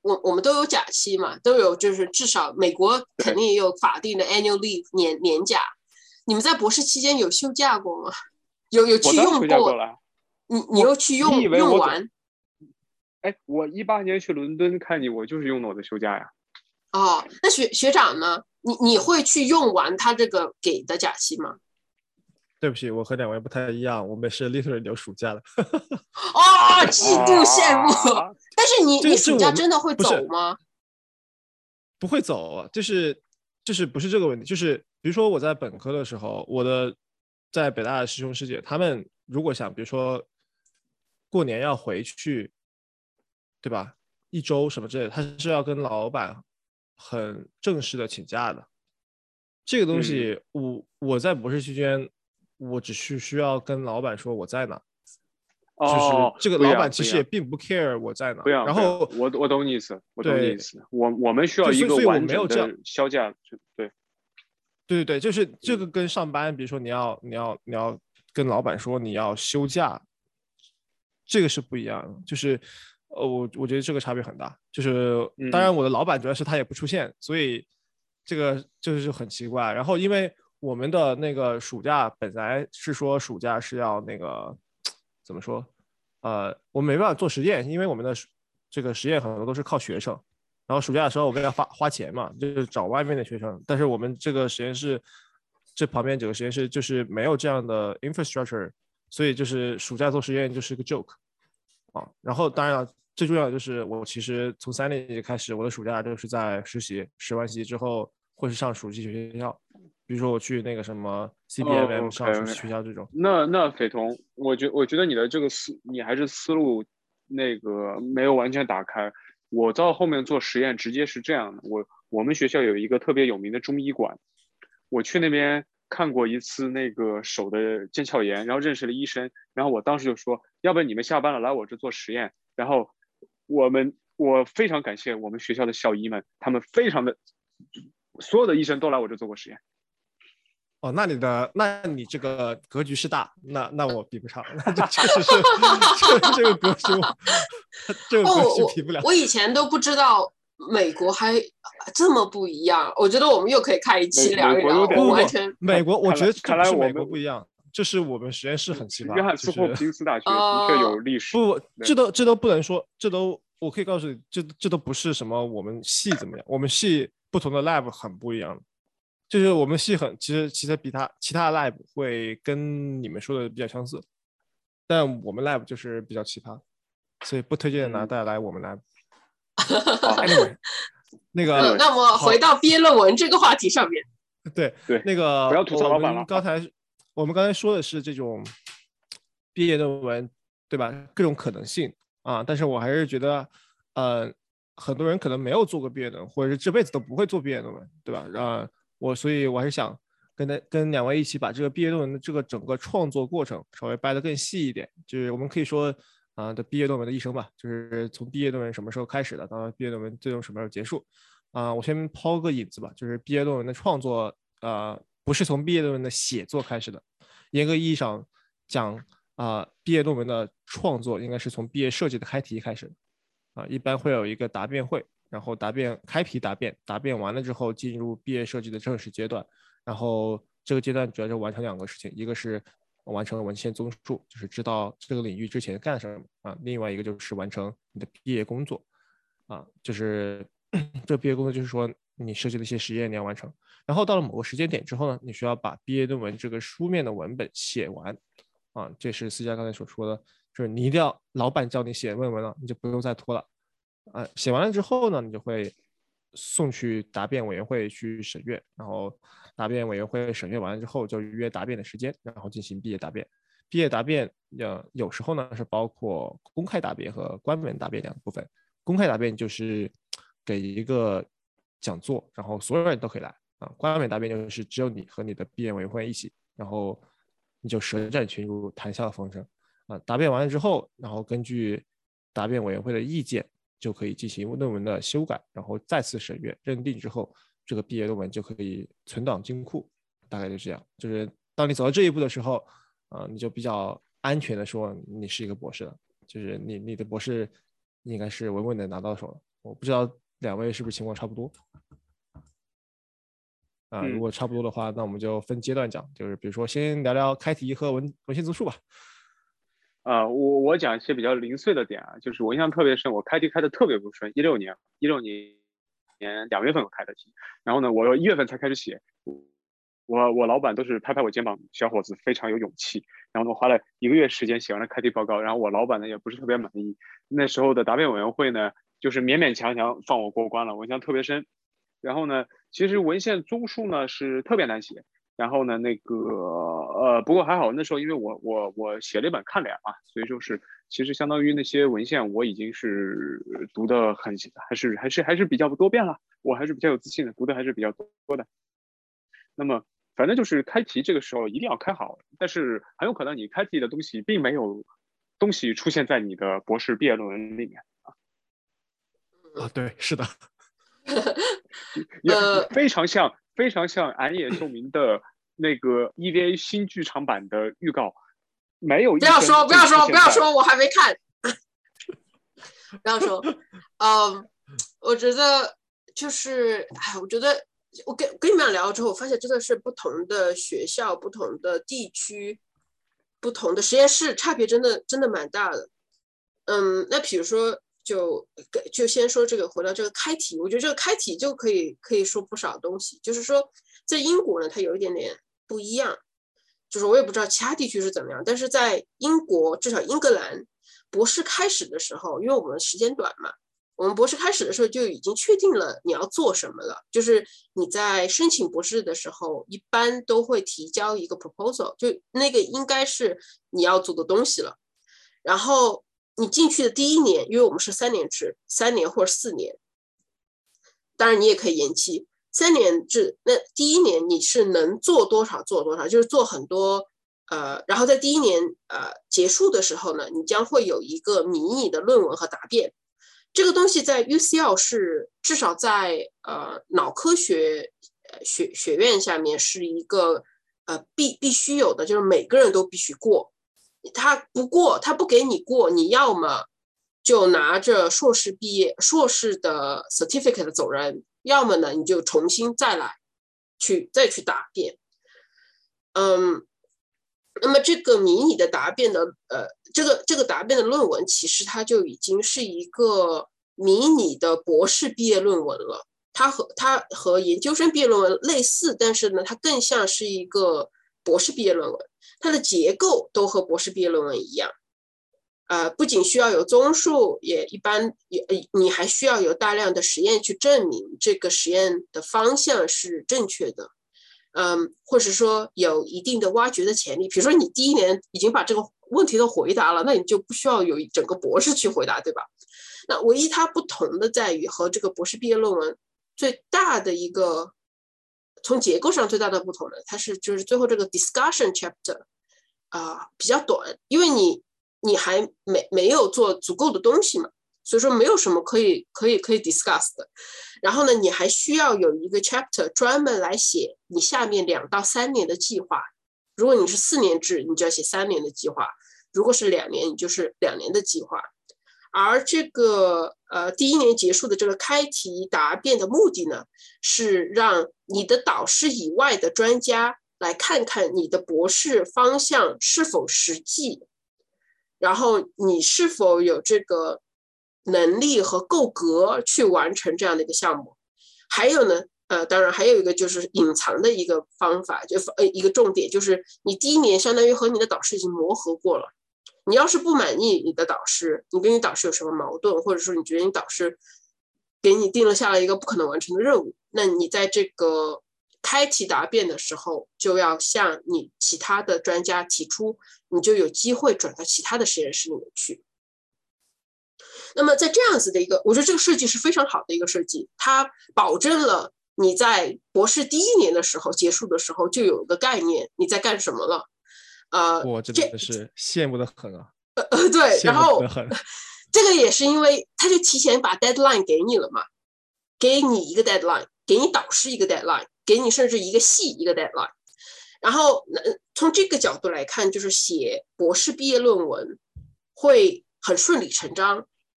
我们都有假期嘛，都有就是至少美国肯定也有法定的 annual leave 年假。你们在博士期间有休假过吗？有去用过？你又去用完？ 哎，我18年去伦敦看你，我就是用的我的休假呀。 哦，那学长呢？你会去用完他这个给的假期吗？ 对不起，我和两位不太一样，我们是 literally 有暑假的。 哦，嫉妒羡慕。但是你暑假真的会走吗？ 不会走，就是不是这个问题，就是比如说我在本科的时候，我的在北大的师兄师姐，他们如果想，比如说过年要回去，对吧？1周什么之类的，他是要跟老板很正式的请假的。这个东西，我在博士期间，我只是需要跟老板说我在哪，就是这个老板其实也并不 care 我在哪。然后我懂你意思，我懂你意思。我们需要一个完整的休假， 对，就是这个跟上班，比如说你要跟老板说你要休假，这个是不一样的。就是我觉得这个差别很大。就是当然我的老板主要是他也不出现，所以这个就是很奇怪。然后因为我们的那个暑假本来是说暑假是要那个怎么说？我们没办法做实验，因为我们的这个实验很多都是靠学生。然后暑假的时候我们要花钱嘛，就是找外面的学生。但是我们这个实验室，这旁边几个实验室就是没有这样的 infrastructure， 所以就是暑假做实验就是个 joke 啊。然后当然了，最重要的就是我其实从3年级开始，我的暑假就是在实习，实完习之后会是上暑期学校，比如说我去那个什么 CBMM 上暑期学校这种。 那斐彤，我觉得你的这个你还是思路那个没有完全打开。我到后面做实验直接是这样的，我们学校有一个特别有名的中医馆，我去那边看过一次那个手的腱鞘炎，然后认识了医生，然后我当时就说，要不然你们下班了来我这做实验。然后我非常感谢我们学校的校医们，他们非常的所有的医生都来我这做过实验。 哦，那你这个格局是大，那我比不上，那这确实是这个格局，这个格局比不了。 我以前都不知道美国还这么不一样，我觉得我们又可以开一期聊一聊。我完全美国，我觉得看来美国不一样，这是我们实验室很奇葩。 约翰斯霍普金斯大学的确有历史。 不，这都不能说，我可以告诉你，这都不是什么我们系怎么样，我们系不同的 lab 很不一样。就是我们系其实其他 lab 会跟你们说的比较相似，但我们 lab 就是比较奇葩，所以不推荐大家来我们 lab。Anyway， 那个， 那么回到毕业论文这个话题上面， 对，那个不要吐槽老板了。 我们刚才说的是这种毕业论文，对吧？各种可能性啊，但是我还是觉得，很多人可能没有做过毕业论文，或者是这辈子都不会做毕业论文，对吧？所以我还是想跟两位一起把这个毕业论文的这个整个创作过程稍微掰得更细一点。就是我们可以说的毕业论文的一生吧，就是从毕业论文什么时候开始的，到毕业论文最终什么时候结束。我先抛个引子吧，就是毕业论文的创作不是从毕业论文的写作开始的，严格意义上讲毕业论文的创作应该是从毕业设计的开题开始的一般会有一个答辩会。然后开题答辩完了之后进入毕业设计的正式阶段。然后这个阶段主要就完成2个事情，一个是完成文献综述，就是知道这个领域之前干什么另外一个就是完成你的毕业工作就是这毕业工作就是说你设计的一些实验你要完成。然后到了某个时间点之后呢，你需要把毕业论文这个书面的文本写完这是思佳刚才所说的，就是你一定要老板叫你写论文了，你就不用再拖了写完了之后呢，你就会送去答辩委员会去审阅，然后答辩委员会审阅完了之后就约答辩的时间，然后进行毕业答辩。毕业答辩有时候呢是包括公开答辩和关门答辩2个部分。公开答辩就是给一个讲座，然后所有人都可以来关门答辩就是只有你和你的毕业委员会一起，然后你就舌战群儒，谈笑风生答辩完了之后，然后根据答辩委员会的意见就可以进行论文的修改，然后再次审阅认定之后，这个毕业论文就可以存档金库。大概就这样，就是当你走到这一步的时候你就比较安全的说你是一个博士了，就是你的博士应该是稳稳的拿到手了我不知道两位是不是情况差不多啊？如果差不多的话，那我们就分阶段讲，就是比如说先聊聊开题和文献综述吧。 我讲一些比较零碎的点啊，就是我印象特别深，我开题开的特别不顺。16年2月份我开的题，然后呢，我1月份才开始写。我老板都是拍拍我肩膀，小伙子非常有勇气。然后呢，我花了1个月时间写完了开题报告，然后我老板呢也不是特别满意。那时候的答辩委员会呢，就是勉勉强强放我过关了，我印象特别深。然后呢，其实文献综述呢是特别难写。然后呢，不过还好，那时候因为我写了一本看脸嘛，所以就是其实相当于那些文献我已经是读的还是比较多遍了，我还是比较有自信的，读的还是比较多的。那么反正就是开题这个时候一定要开好，但是很有可能你开题的东西并没有东西出现在你的博士毕业论文里面啊。对，是的， 也非常像安野秀明的那个 EVA 新剧场版的预告，没有一不要说，我还没看。不要说，我觉得就是，我觉得我跟你们俩聊了之后，我发现真的是不同的学校、不同的地区、不同的实验室，差别真的蛮大的。那比如说，就先说这个，回到这个开题，我觉得这个开题就可以说不少东西。就是说，在英国呢，它有一点点不一样，就是我也不知道其他地区是怎么样，但是在英国，至少英格兰，博士开始的时候，因为我们时间短嘛，我们博士开始的时候就已经确定了你要做什么了。就是你在申请博士的时候，一般都会提交一个 proposal， 就那个应该是你要做的东西了。然后你进去的第1年，因为我们是3年制，3年或者4年，当然你也可以延期。3年制，那第1年你是能做多少做多少，就是做很多。然后在第1年结束的时候呢，你将会有一个迷你的论文和答辩。这个东西在 UCL 是至少在脑科学学院下面是一个必须有的，就是每个人都必须过。他不过，他不给你过，你要么就拿着硕士的 certificate 走人，要么呢你就重新再去答辩。那么这个迷你的答辩的这个答辩的论文，其实它就已经是一个迷你的博士毕业论文了。它和研究生毕业论文类似，但是呢，它更像是一个博士毕业论文。它的结构都和博士毕业论文一样。不仅需要有综述，也一般你还需要有大量的实验去证明这个实验的方向是正确的。或者说有一定的挖掘的潜力。比如说你第1年已经把这个问题都回答了，那你就不需要有整个博士去回答，对吧？那唯一它不同的在于和这个博士毕业论文最大的一个从结构上最大的不同呢，它是就是最后这个 discussion chapter 比较短，因为你还没有做足够的东西嘛，所以说没有什么可以 discuss 的。然后呢，你还需要有一个 chapter 专门来写你下面2到3年的计划。如果你是4年制，你就要写3年的计划；如果是2年，你就是2年的计划。而这个第1年结束的这个开题答辩的目的呢，是让你的导师以外的专家来看看你的博士方向是否实际，然后你是否有这个能力和够格去完成这样的一个项目。还有呢，当然还有一个就是隐藏的一个方法，一个重点就是你第1年相当于和你的导师已经磨合过了。你要是不满意你的导师，你跟你导师有什么矛盾，或者说你觉得你导师给你定了下来一个不可能完成的任务，那你在这个开题答辩的时候就要向你其他的专家提出，你就有机会转到其他的实验室里面去。那么在这样子的一个，我觉得这个设计是非常好的一个设计，它保证了你在博士第1年的时候结束的时候就有个概念你在干什么了。 我真的是羡慕的很啊。 对，然后这个也是因为他就提前把 deadline 给你了嘛，给你一个 deadline， 给你导师一个 deadline， 给你甚至一个系一个 deadline。然后从这个角度来看，就是写博士毕业论文会很顺理成章。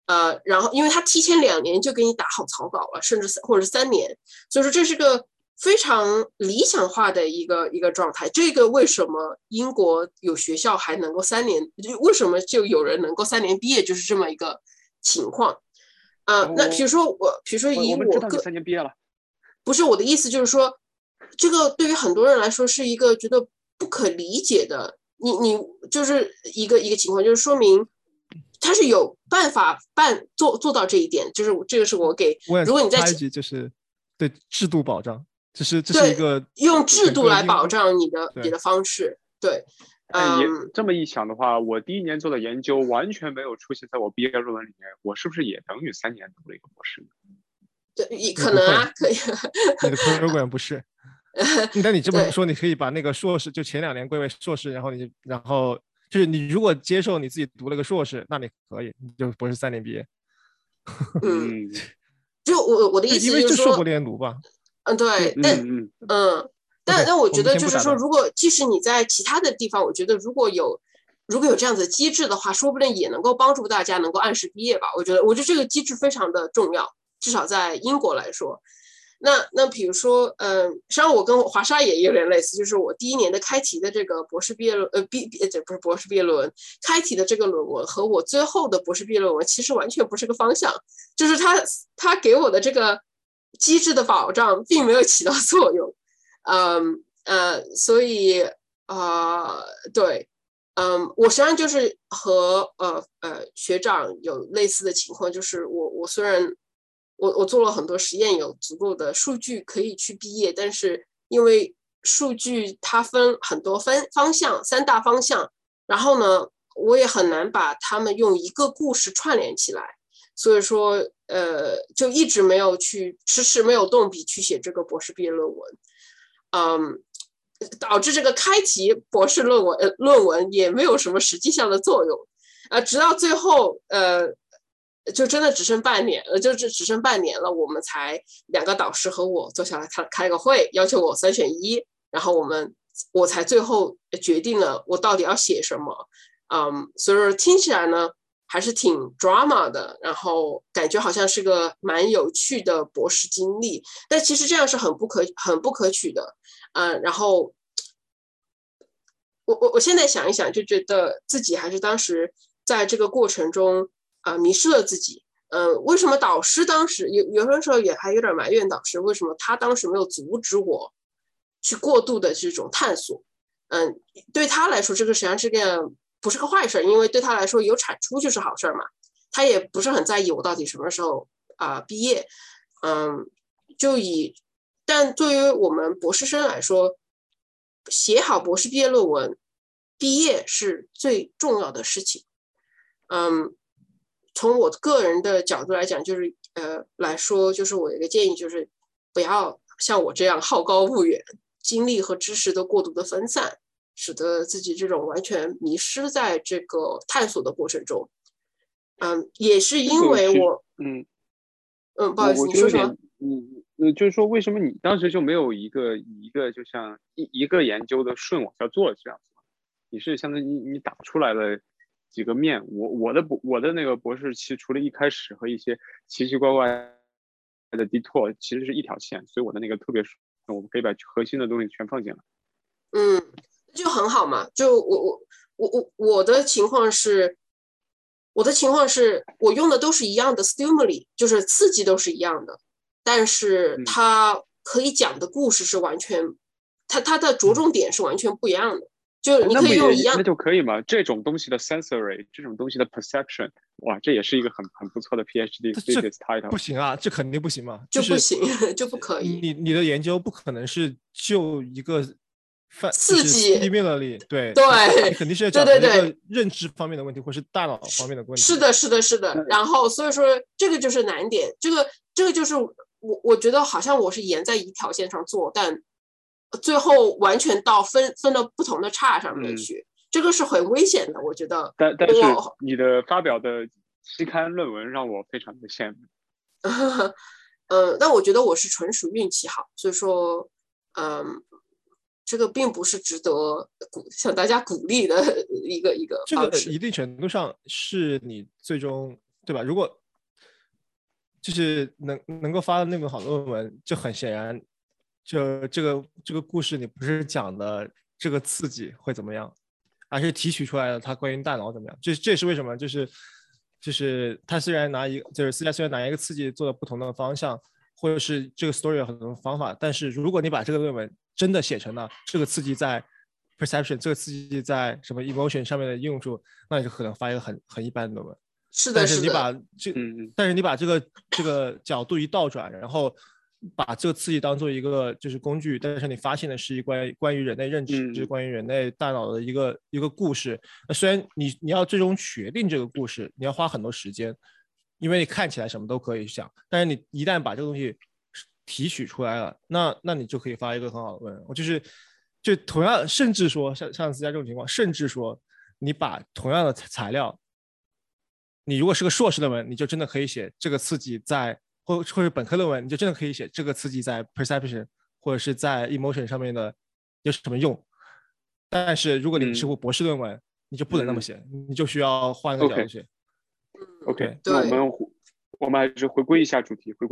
然后因为他提前2年就给你打好草稿了，甚至或者是3年，所以说这是个非常理想化的一个状态。这个为什么英国有学校还能够3年，为什么就有人能够3年毕业，就是这么一个情况。那比如说以我们知道你3年毕业了， 不是我的意思，就是说这个对于很多人来说是一个觉得不可理解的，你就是一个情况，就是说明他是有办法做到这一点，就是这个是我给，如果你在就是对制度保障，这是一个用制度来保障你的方式，对。 也这么一想的话，我第1年做的研究完全没有出现在我毕业论文里面，我是不是也等于3年读了一个博士呢？ 对，可能啊，可以。 你的 program 不是，但你这么说，你可以把那个硕士就前2年归为硕士，然后就是你如果接受你自己读了个硕士，那你可以，你就博士3年毕业。 就我的意思就是说， 硕博连读吧。 对，但我觉得就是说，如果即使你在其他的地方，我觉得如果有这样子的机制的话，说不定也能够帮助大家能够按时毕业吧。我觉得这个机制非常的重要，至少在英国来说。那比如说，实际上我跟华沙也有点类似，就是我第1年的开题的这个博士毕业论，这不是博士毕业论文，开题的这个论文和我最后的博士毕业论文其实完全不是个方向，就是他给我的这个机制的保障并没有起到作用，所以对，我实际上就是和学长有类似的情况，就是我虽然我做了很多实验，有足够的数据可以去毕业，但是因为数据它分很多方向，3大方向，然后呢，我也很难把它们用一个故事串联起来，所以说就一直没有迟迟没有动笔去写这个博士毕业论文，导致这个开题博士论文也没有什么实际上的作用，直到最后就真的只剩半年了，就只剩半年了，我们才2个导师和我坐下来开个会，要求我3选1，然后我才最后决定了我到底要写什么。所以说听起来呢还是挺 drama 的，然后感觉好像是个蛮有趣的博士经历，但其实这样是很不可取的。然后我现在想一想，就觉得自己还是当时在这个过程中迷失了自己。为什么导师当时有的时候也还有点埋怨导师，为什么他当时没有阻止我去过度的这种探索？对他来说，这个实际上不是个坏事，因为对他来说有产出就是好事嘛。他也不是很在意我到底什么时候毕业。但对于我们博士生来说，写好博士毕业论文，毕业是最重要的事情。从我个人的角度来讲，就是来说，就是我的一个建议，就是不要像我这样好高骛远，精力和知识都过度的分散，使得自己这种完全迷失在这个探索的过程中。也是因为我，不好意思，你说什么？ 就是说，为什么你当时就没有一个就像一个研究的顺往下做这样子？你是相当于你打出来了几个面。我的那个博士期除了一开始和一些奇奇怪怪的 detour， 其实是一条线，所以我的那个特别顺，我们可以把核心的东西全放进来。 就很好嘛。就我的情况是，我用的都是一样的 stimuli， 就是刺激都是一样的，但是它可以讲的故事是完全，它的着重点是完全不一样的。就你可以用一样， 那就可以嘛。这种东西的 sensory， 这种东西的 perception， 哇，这也是一个很不错的 PhD thesis title。 不行啊，这肯定不行嘛， 就不行，就不可以。 你的研究不可能是就一个刺激 stimuli， 对，你肯定是要讲一个认知方面的问题，或是大脑方面的问题。 是的。然后所以说这个就是难点，这个就是我觉得好像我是沿在一条线上做，但最后完全到分到不同的岔上面去，这个是很危险的，我觉得。 但是你的发表的期刊论文让我非常的羡慕。 但我觉得我是纯属运气好，所以说这个并不是值得向大家鼓励的一个方式。 这个一定程度上是你最终对吧？如果就是能够发的那本好论文，就很显然，就这个故事你不是讲的这个刺激会怎么样，而是提取出来的它关于大脑怎么样。这也是为什么就是他虽然拿一个就是私家虽然拿一个刺激做了不同的方向，或者是这个 story 有很多方法，但是如果你把这个论文真的写成了这个刺激在 perception 这个刺激在什么 emotion 上面的应用处，那你就可能发一个很一般的论文。 是的， 但是你是的， 把但是你把这个角度一倒转，然后把这个刺激当做一个就是工具，但是你发现的是一关于人类认知、关于人类大脑的一个故事。虽然你要最终决定这个故事，你要花很多时间，因为你看起来什么都可以想，但是你一旦把这个东西提取出来了，那你就可以发一个很好的论文。就同样，甚至说像私家这种情况，甚至说你把同样的材料。你如果是个硕士论文，你就真的可以写这个刺激在，或者本科论文，你就真的可以写这个刺激在 perception 或者是在 emotion 上面的有什么用。但是如果你是博士论文，你就不能那么写，你就需要换一个角度写。 OK， 那我们还是回归一下主题。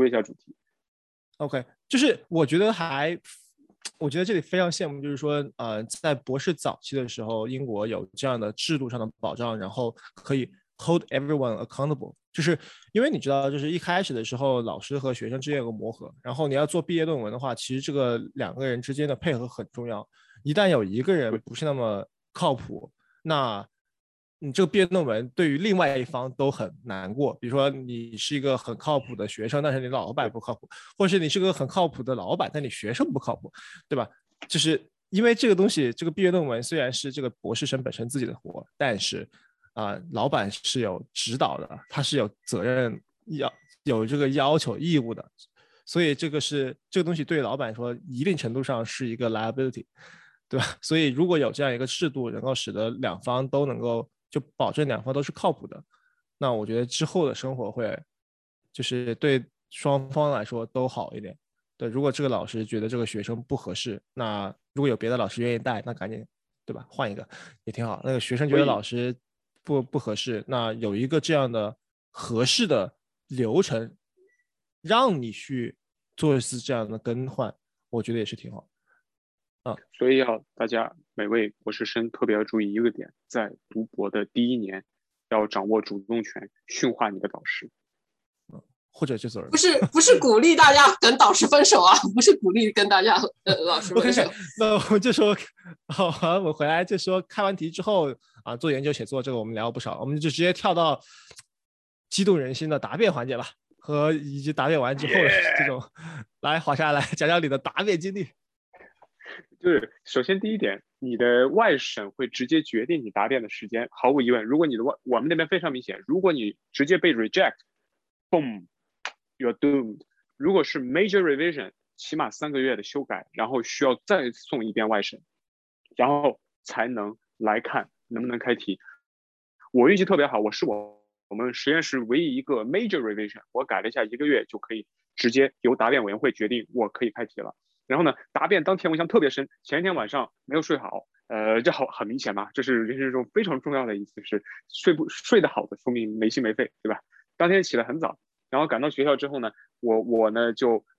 OK， 就是我觉得这里非常羡慕，就是说，在博士早期的时候，英国有这样的制度上的保障，然后可以 hold everyone accountable， 就是因为你知道，就是一开始的时候，老师和学生之间有个磨合，然后你要做毕业论文的话，其实这个两个人之间的配合很重要。一旦有一个人不是那么靠谱，那你这个毕业论文对于另外一方都很难过。比如说你是一个很靠谱的学生，但是你老板不靠谱，或者是你是个很靠谱的老板，但你学生不靠谱，对吧？就是因为这个东西，这个毕业论文虽然是这个博士生本身自己的活，但是老板是有指导的，他是有责任有这个要求义务的，所以这个东西对老板说一定程度上是一个 liability， 对吧？所以如果有这样一个制度，能够使得两方都能够就保证两方都是靠谱的，那我觉得之后的生活会就是对双方来说都好一点。对，如果这个老师觉得这个学生不合适，那如果有别的老师愿意带，那赶紧对吧，换一个也挺好。那个学生觉得老师不合适，那有一个这样的合适的流程，让你去做一次这样的更换，我觉得也是挺好。 所以大家每位博士生特别要注意一个点，在读博的第一年，要掌握主动权，驯化你的导师。 或者这种人不是鼓励大家跟导师分手啊，不是鼓励跟大家老师分手。 Okay, 那我们就说，好，我回来就说开完题之后做研究写作这个我们聊了不少，我们就直接跳到激动人心的答辩环节吧，以及答辩完之后的这种，来华夏来讲讲你的答辩经历。 就是首先第一点，你的外审会直接决定你答辩的时间，毫无疑问。如果我们那边非常明显，如果你直接被 reject，boom，you're doomed。如果是 major revision， 起码3个月的修改，然后需要再送一遍外审，然后才能来看能不能开题。我运气特别好，我们实验室唯一一个 major revision， 我改了一下1个月就可以直接由答辩委员会决定我可以开题了。然后呢，答辩当天我印象特别深，前一天晚上没有睡好，这很明显嘛，这是人生中非常重要的一次，是睡得好的说明没心没肺，对吧？当天起得很早，然后赶到学校之后呢，我呢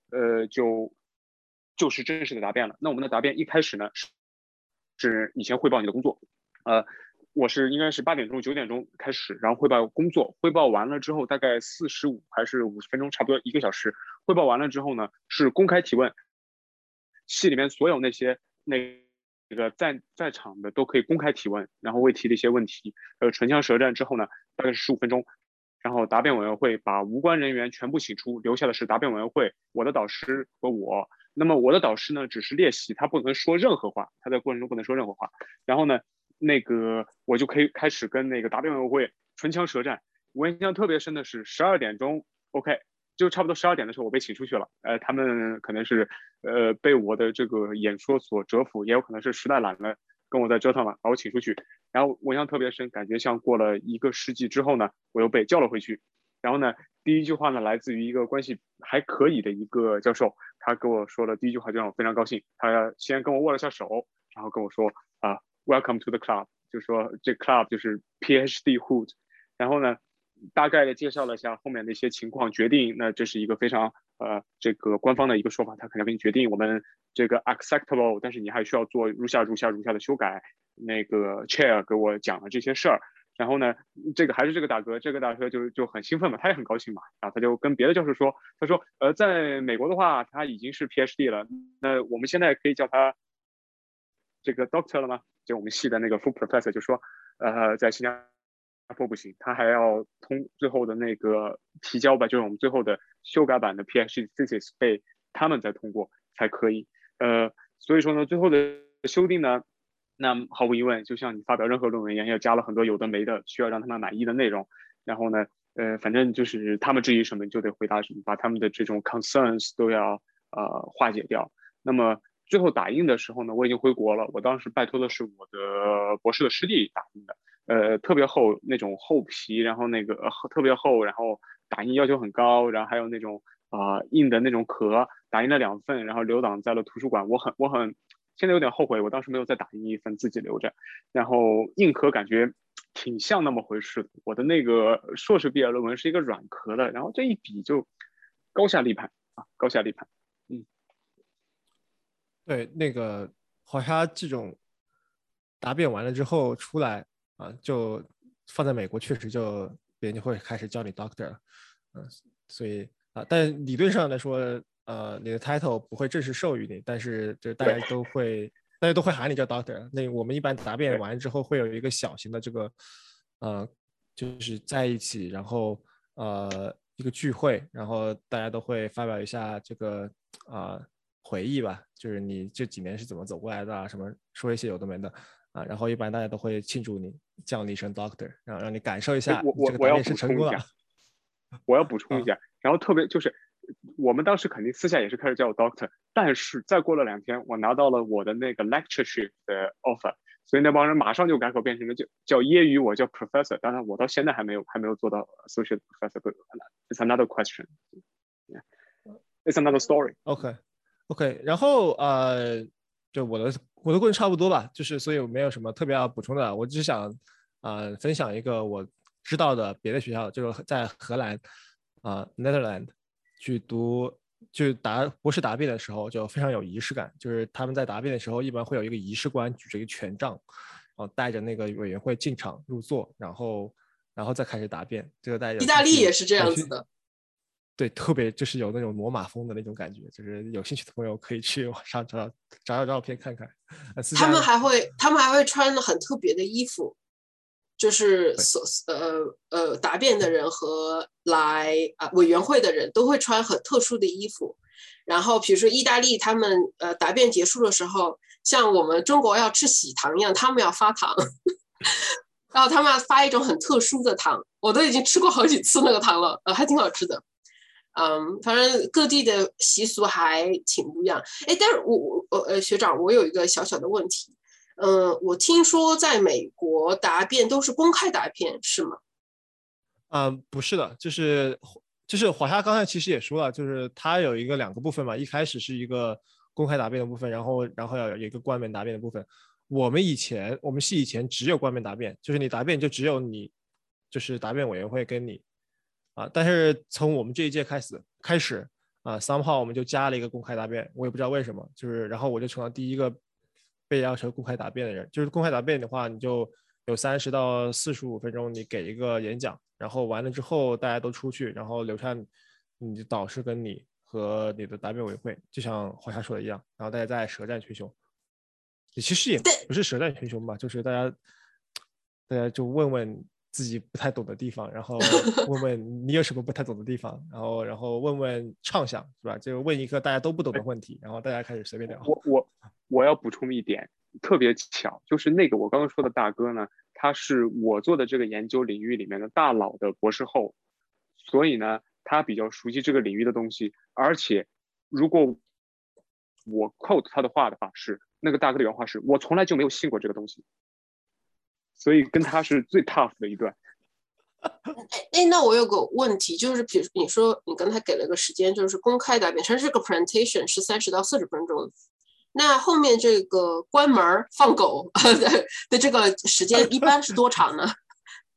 就是正式的答辩了。那我们的答辩一开始呢是你先汇报你的工作，我应该是8点钟9点钟开始，然后汇报工作，汇报完了之后大概45还是50分钟，差不多1个小时。汇报完了之后呢，是公开提问。系里面所有那个在场的都可以公开提问，然后为提的一些问题，唇枪舌战之后呢，大概是15分钟，然后答辩委员会把无关人员全部请出，留下的是答辩委员会、我的导师和我。那么我的导师呢，只是列席，他不能说任何话，他在过程中不能说任何话。然后呢，我就可以开始跟那个答辩委员会唇枪舌战。我印象特别深的是12点钟 ，OK。就差不多12点的时候，我被请出去了。他们可能是被我的这个演说所折服，也有可能是实在懒了，跟我在折腾了，把我请出去。然后我印象特别深，感觉像过了1个世纪之后呢，我又被叫了回去。然后呢，第一句话呢，来自于一个关系还可以的一个教授，他跟我说的第一句话就让我非常高兴。他先跟我握了下手，然后跟我说Welcome to the club， 就说这 club 就是 PhD hood。然后呢， 大概的介绍了一下后面的一些情况，决定那这是一个非常这个官方的一个说法，他可能给你决定我们这个 acceptable， 但是你还需要做如下的修改。那个 chair 给我讲了这些事儿，然后呢，这个大哥就很兴奋嘛，他也很高兴嘛，然后他就跟别的教授说，他说在美国的话他已经是 PhD 了，那我们现在可以叫他这个 doctor 了吗？就我们系的那个 full professor 就说在新加坡不行，他还要通最后的那个提交吧，就是我们最后的修改版的 PhD thesis 被他们再通过才可以。所以说呢，最后的修订呢，那毫无疑问，就像你发表任何论文一样，要加了很多有的没的，需要让他们满意的内容。然后呢，反正就是他们质疑什么就得回答什么，把他们的这种 concerns 都要化解掉。那么最后打印的时候呢，我已经回国了，我当时拜托的是我的博士的师弟打印的。特别厚那种厚皮，然后那个特别厚，然后打印要求很高，然后还有那种印的那种壳，打印了2份，然后留档在了图书馆。我很现在有点后悔，我当时没有再打印1份自己留着。然后硬壳感觉挺像那么回事的。我的那个硕士毕业论文是一个软壳的，然后这一比就高下立判啊，高下立判。 对，那个华沙这种答辩完了之后出来啊，就放在美国确实就别人就会开始叫你 doctor 了，所以但理论上来说，你的 title 不会正式授予你，但是就大家都会喊你叫 doctor。那我们一般答辩完之后会有一个小型的这个就是在一起，然后一个聚会，然后大家都会发表一下这个回忆吧，就是你这几年是怎么走过来的啊，什么说一些有的没的啊，然后一般大家都会庆祝你，叫你一声 doctor， 让你感受一下这个答辩是成功了。 我要补充一下，然后特别就是我们当时肯定私下也是开始叫我 doctor， 但是再过了2天，我拿到了我的那个 lectureship 的 offer， 所以那帮人马上就改口变成了叫揶揄我叫 professor， 当然我到现在还没有做到 associate professor。It's another question. It's another story. OK， 然后就我的过程差不多吧，就是所以我没有什么特别要补充的，我只想分享一个我知道的别的学校，就是在荷兰Netherlands 去读，就博士答辩的时候就非常有仪式感，就是他们在答辩的时候一般会有一个仪式官举着一个权杖，然后带着那个委员会进场入座，然后再开始答辩。这个大家意大利也是这样子的。 对，特别就是有那种罗马风的那种感觉，就是有兴趣的朋友可以去网上找照片看看。 他们还会穿很特别的衣服，就是答辩的人和来委员会的人都会穿很特殊的衣服。然后比如说意大利他们答辩结束的时候，像我们中国要吃喜糖一样，他们要发糖然后他们要发一种很特殊的糖，我都已经吃过好几次那个糖了，还挺好吃的。反正各地的习俗还挺不一样。但是学长，我有一个小小的问题。我听说在美国答辩都是公开答辩，是吗？ 不是的，就是华沙刚才其实也说了，就是它有2个部分嘛，一开始是一个公开答辩的部分，然后要有一个冠冕答辩的部分。我们系以前只有冠冕答辩，就是你答辩就只有你，就是答辩委员会跟你。但是从我们这一届开始somehow 我们就加了一个公开答辩，我也不知道为什么，就是然后我就成了第一个被要求公开答辩的人。就是公开答辩的话，你就有30到45分钟，你给一个演讲，然后完了之后大家都出去，然后留下你的导师跟你和你的答辩委员会，就像华夏说的一样，然后大家再舌战群雄。其实也不是舌战群雄吧，就是大家就问问自己不太懂的地方，然后问问你有什么不太懂的地方，然后问问畅想，是吧？就问一个大家都不懂的问题，然后大家开始随便聊。 我要补充一点，特别巧，就是那个我刚刚说的大哥呢，他是我做的这个研究领域里面的大佬的博士后，所以呢，他比较熟悉这个领域的东西。而且，如果我 quote 他的话是那个大哥的原话是：我从来就没有信过这个东西。所以跟他是最 tough 的一段。 那我有个问题，就是比如你说你刚才给了个时间，就是公开答辩，它这个 presentation 是30到40分钟，那后面这个关门放狗的这个时间一般是多长呢？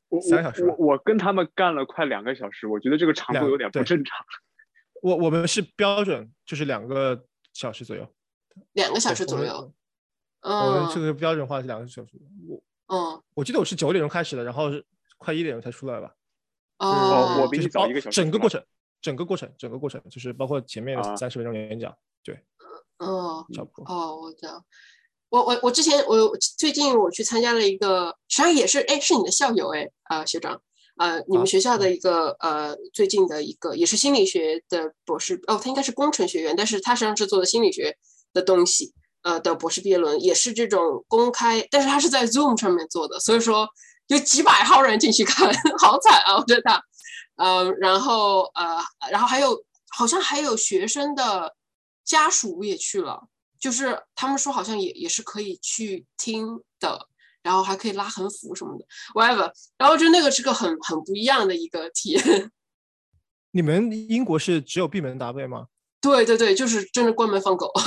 3个小时吧。 我跟他们干了快2个小时，我觉得这个长度有点不正常。 我们是标准就是2个小时左右 ，2个小时左右。 我们这个标准化是2个小时。我记得我是9点钟开始的，然后快1点钟才出来吧。 我比你早1个小时。 整个过程就是包括前面的30分钟演讲。对。差不多。 我知道。我之前最近我去参加了一个，实际上也是是你的校友学长你们学校的一个最近的一个也是心理学的博士他应该是工程学院，但是他实际上是做的心理学的东西的博士毕业论，也是这种公开，但是他是在 Zoom 上面做的，所以说有几百号人进去看，好惨啊！我觉得然后好像还有学生的家属也去了。就是他们说好像也是可以去听的，然后还可以拉横幅什么的 whatever， 然后就那个是个很不一样的一个体验。 你们英国是只有闭门答辩吗？ 对，就是真的关门放狗。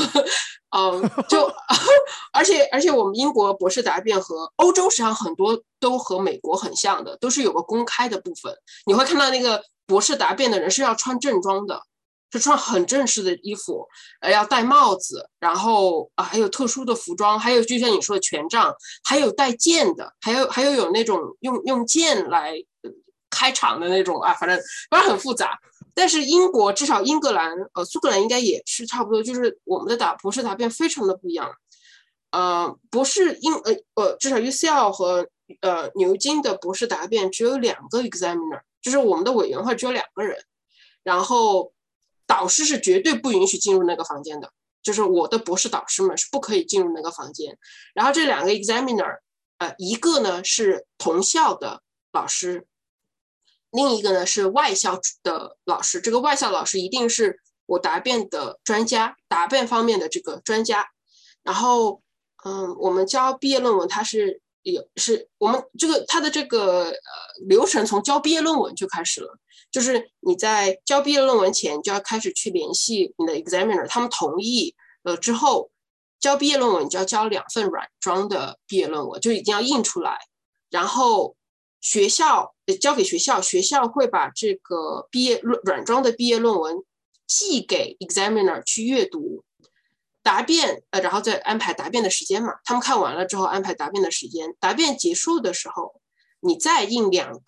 而且我们英国博士答辩和欧洲实际上很多都和美国很像的，都是有个公开的部分，你会看到那个博士答辩的人是要穿正装的，是穿很正式的衣服，要戴帽子，然后还有特殊的服装，还有就像你说的权杖，还有带剑的，还有那种用剑来开场的那种反正很复杂。但是英国至少英格兰苏格兰应该也是差不多，就是我们的博士答辩非常的不一样。博士至少 UCL 和牛津的博士答辩只有2个 examiner， 就是我们的委员会只有2个人，然后导师是绝对不允许进入那个房间的，就是我的博士导师们是不可以进入那个房间。然后这2个 examiner，一个呢是同校的老师，另一个呢是外校的老师。这个外校老师一定是我答辩的专家，答辩方面的这个专家。然后，我们交毕业论文，它是我们它的这个流程从交毕业论文就开始了。就是你在交毕业论文前就要开始去联系你的 examiner， 他们同意之后，交毕业论文你就要交2份软装的毕业论文，就已经要印出来，然后学校交给学校，学校会把这个软装的毕业论文寄给 examiner 去阅读，答辩然后再安排答辩的时间嘛，他们看完了之后安排答辩的时间，答辩结束的时候你再印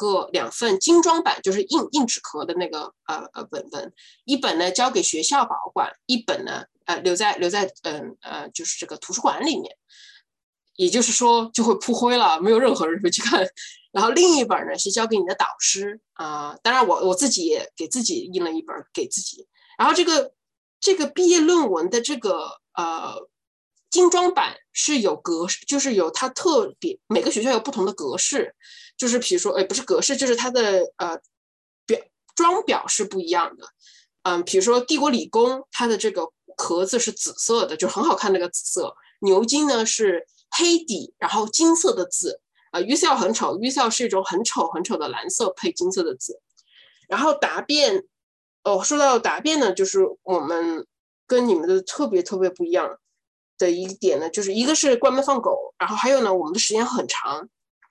2份精装版，就是硬纸壳的那个本，一本呢交给学校保管，一本呢留在就是这个图书馆里面，也就是说就会扑灰了，没有任何人会去看。然后另一本呢是交给你的导师当然我自己也给自己印了一本给自己。然后这个毕业论文的这个精装版是有格式，就是有它特别，每个学校有不同的格式，就是比如说不是格式，就是它的装裱是不一样的。比如说帝国理工它的这个壳子是紫色的，就很好看那个紫色。牛津呢是黑底然后金色的字UCL 很丑，UCL 是一种很丑的蓝色配金色的字。然后答辩说到答辩呢，就是我们跟你们的特别不一样的一点呢，就是一个是关门放狗，然后还有呢我们的时间很长，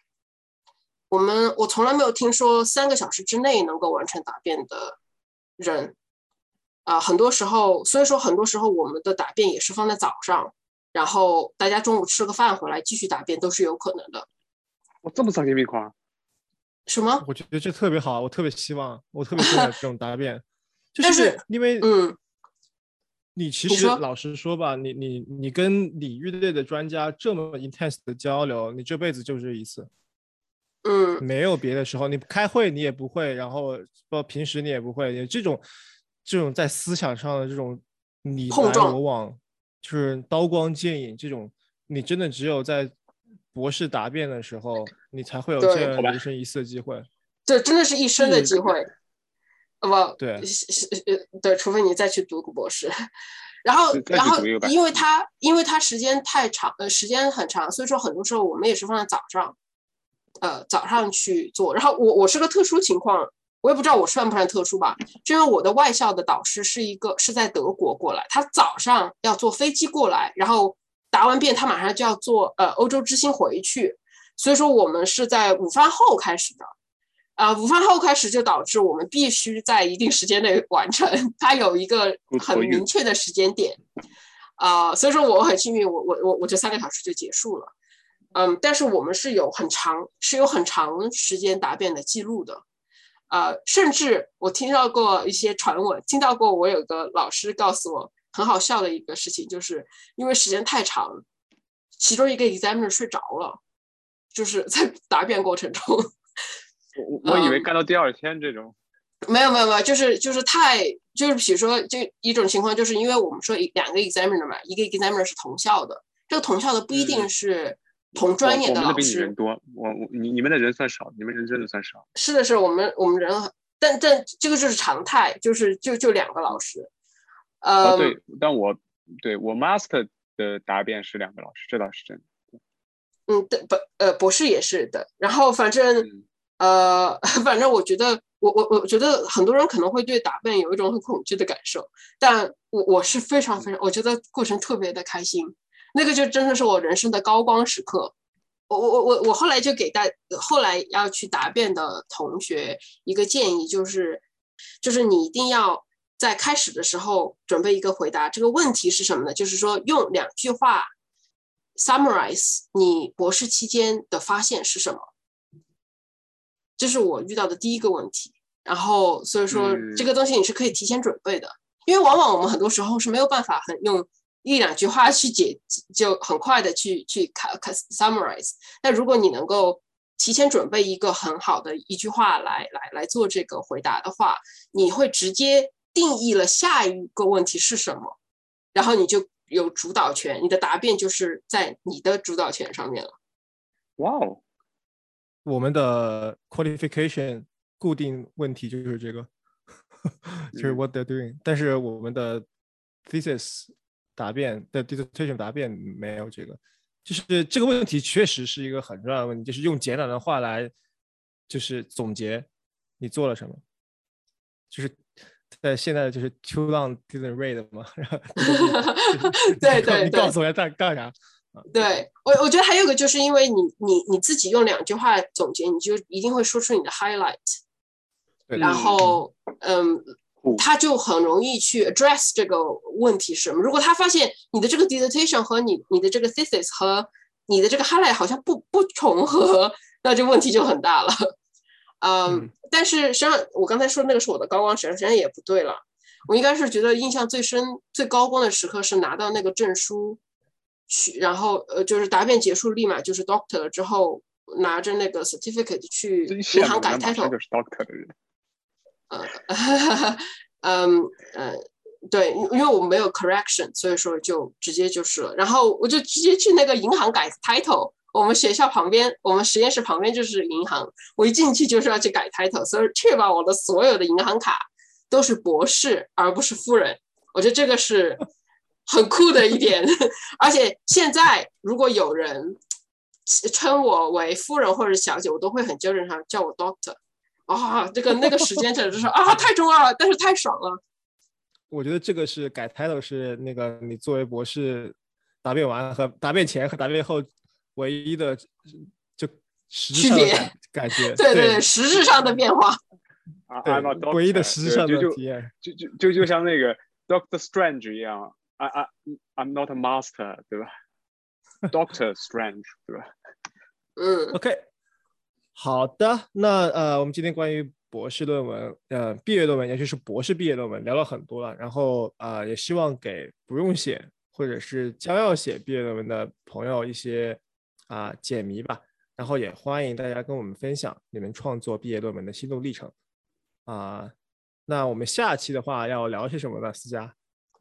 我从来没有听说3个小时之内能够完成答辩的人很多时候，所以说很多时候我们的答辩也是放在早上，然后大家中午吃个饭回来继续答辩都是有可能的。 这么丧心病狂？ 什么？ 我觉得这特别好，我特别喜欢这种答辩。就是因为你其实老实说吧，你跟领域内的专家这么 intense 的交流，你这辈子就这一次。没有别的时候，你开会你也不会，然后平时你也不会，这种在思想上的这种你来我往，就是刀光剑影这种，你真的只有在博士答辩的时候，你才会有这样人生一次的机会。 对，真的是一生的机会。 对， 除非你再去读个博士。然后因为它时间太长，时间很长，所以说很多时候我们也是放在早上去做。然后我是个特殊情况，我也不知道我算不算特殊吧，就因为我的外校的导师是在德国过来，他早上要坐飞机过来，然后答完辩他马上就要坐欧洲之星回去， 所以说我们是在午饭后开始的。午饭后开始就导致我们必须在一定时间内完成，它有一个很明确的时间点。所以说我很幸运，我这3个小时就结束了。但是我们是有很长时间答辩的记录的。甚至我听到过一些传闻，听到过我有个老师告诉我很好笑的一个事情，就是因为时间太长，其中一个 examiner 睡着了，就是在答辩过程中。 我以为干到第2天这种。 没有，就是比如说这一种情况，就是因为我们说2个 examiner 嘛，一个 examiner 是同校的，这个同校的不一定是同专业的老师。 我们的比你人多，你们的人算少，你们人真的算少。 是的，是我们人，但这个就是常态，就2个老师。 对，但我 master 的答辩是2个老师，这倒是真的。 博士也是的。然后反正我觉得我觉得很多人可能会对答辩有一种很恐惧的感受，但我是非常我觉得过程特别的开心，那个就真的是我人生的高光时刻。我后来就给后来要去答辩的同学一个建议，就是你一定要在开始的时候准备一个回答。这个问题是什么呢？就是说用2句话 summarize 你博士期间的发现是什么。这是我遇到的第一个问题。然后所以说这个东西你是可以提前准备的，因为往往我们很多时候是没有办法用1-2句话去就很快的去 summarize。 但如果你能够提前准备一个很好的1句话来做这个回答的话，你会直接定义了下一个问题是什么，然后你就有主导权，你的答辩就是在你的主导权上面了。 哇哦， 我们的 qualification 固定问题就是这个就是 what they're doing， 但是我们的 thesis 答辩的 dissertation 答辩没有这个。就是这个问题确实是一个很重要的问题，就是用简短的话来就是总结你做了什么，就是在现在就是 too long didn't read 嘛对你告诉我干啥。 对，我觉得还有个就是因为你自己用2句话总结，你就一定会说出你的 highlight， 然后他就很容易去 address 这个问题是什么。如果他发现你的这个 dissertation 和你的这个 thesis 和你的这个 highlight 好像不重合，那这问题就很大了。但是实际上我刚才说那个是我的高光时刻，实际上也不对了。我应该是觉得印象最深最高光的时刻是拿到那个证书去，然后就是答辩结束立马就是 doctor 了之后，拿着那个 certificate 去银行改 title。 就是 doctor 的人。 对，因为我没有 correction， 所以说就直接就是了。然后我就直接去那个银行改 title。我们学校旁边，我们实验室旁边就是银行，我一进去就是要去改 title， 所以确保我的所有的银行卡都是博士而不是夫人。我觉得这个是很酷的一点。而且现在如果有人称我为夫人或者小姐，我都会很纠正他，叫我 doctor。那个时间真的是太重要了，但是太爽了。 我觉得这个是改 title 是那个你作为博士答辩完和答辩前和答辩后唯一的就实质上的感觉。 对，实质上的变化。 唯一的实质上的体验， 就像那个 Doctor Strange 一样，I'm not a master， 对吧？Doctor Strange， 对吧 ？OK。好的，那我们今天关于博士论文毕业论文，尤其是博士毕业论文聊了很多了，然后也希望给不用写或者是将要写毕业论文的朋友一些解谜吧，然后也欢迎大家跟我们分享你们创作毕业论文的心路历程。那我们下期的话要聊些什么呢？思佳？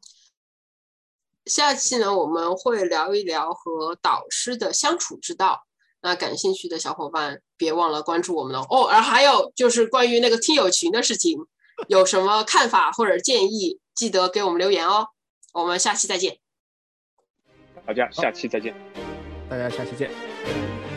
下期呢，我们会聊一聊和导师的相处之道。那感兴趣的小伙伴别忘了关注我们哦。还有就是关于那个听友群的事情，有什么看法或者建议，记得给我们留言哦。我们下期再见。 大家下期再见。 大家下期见。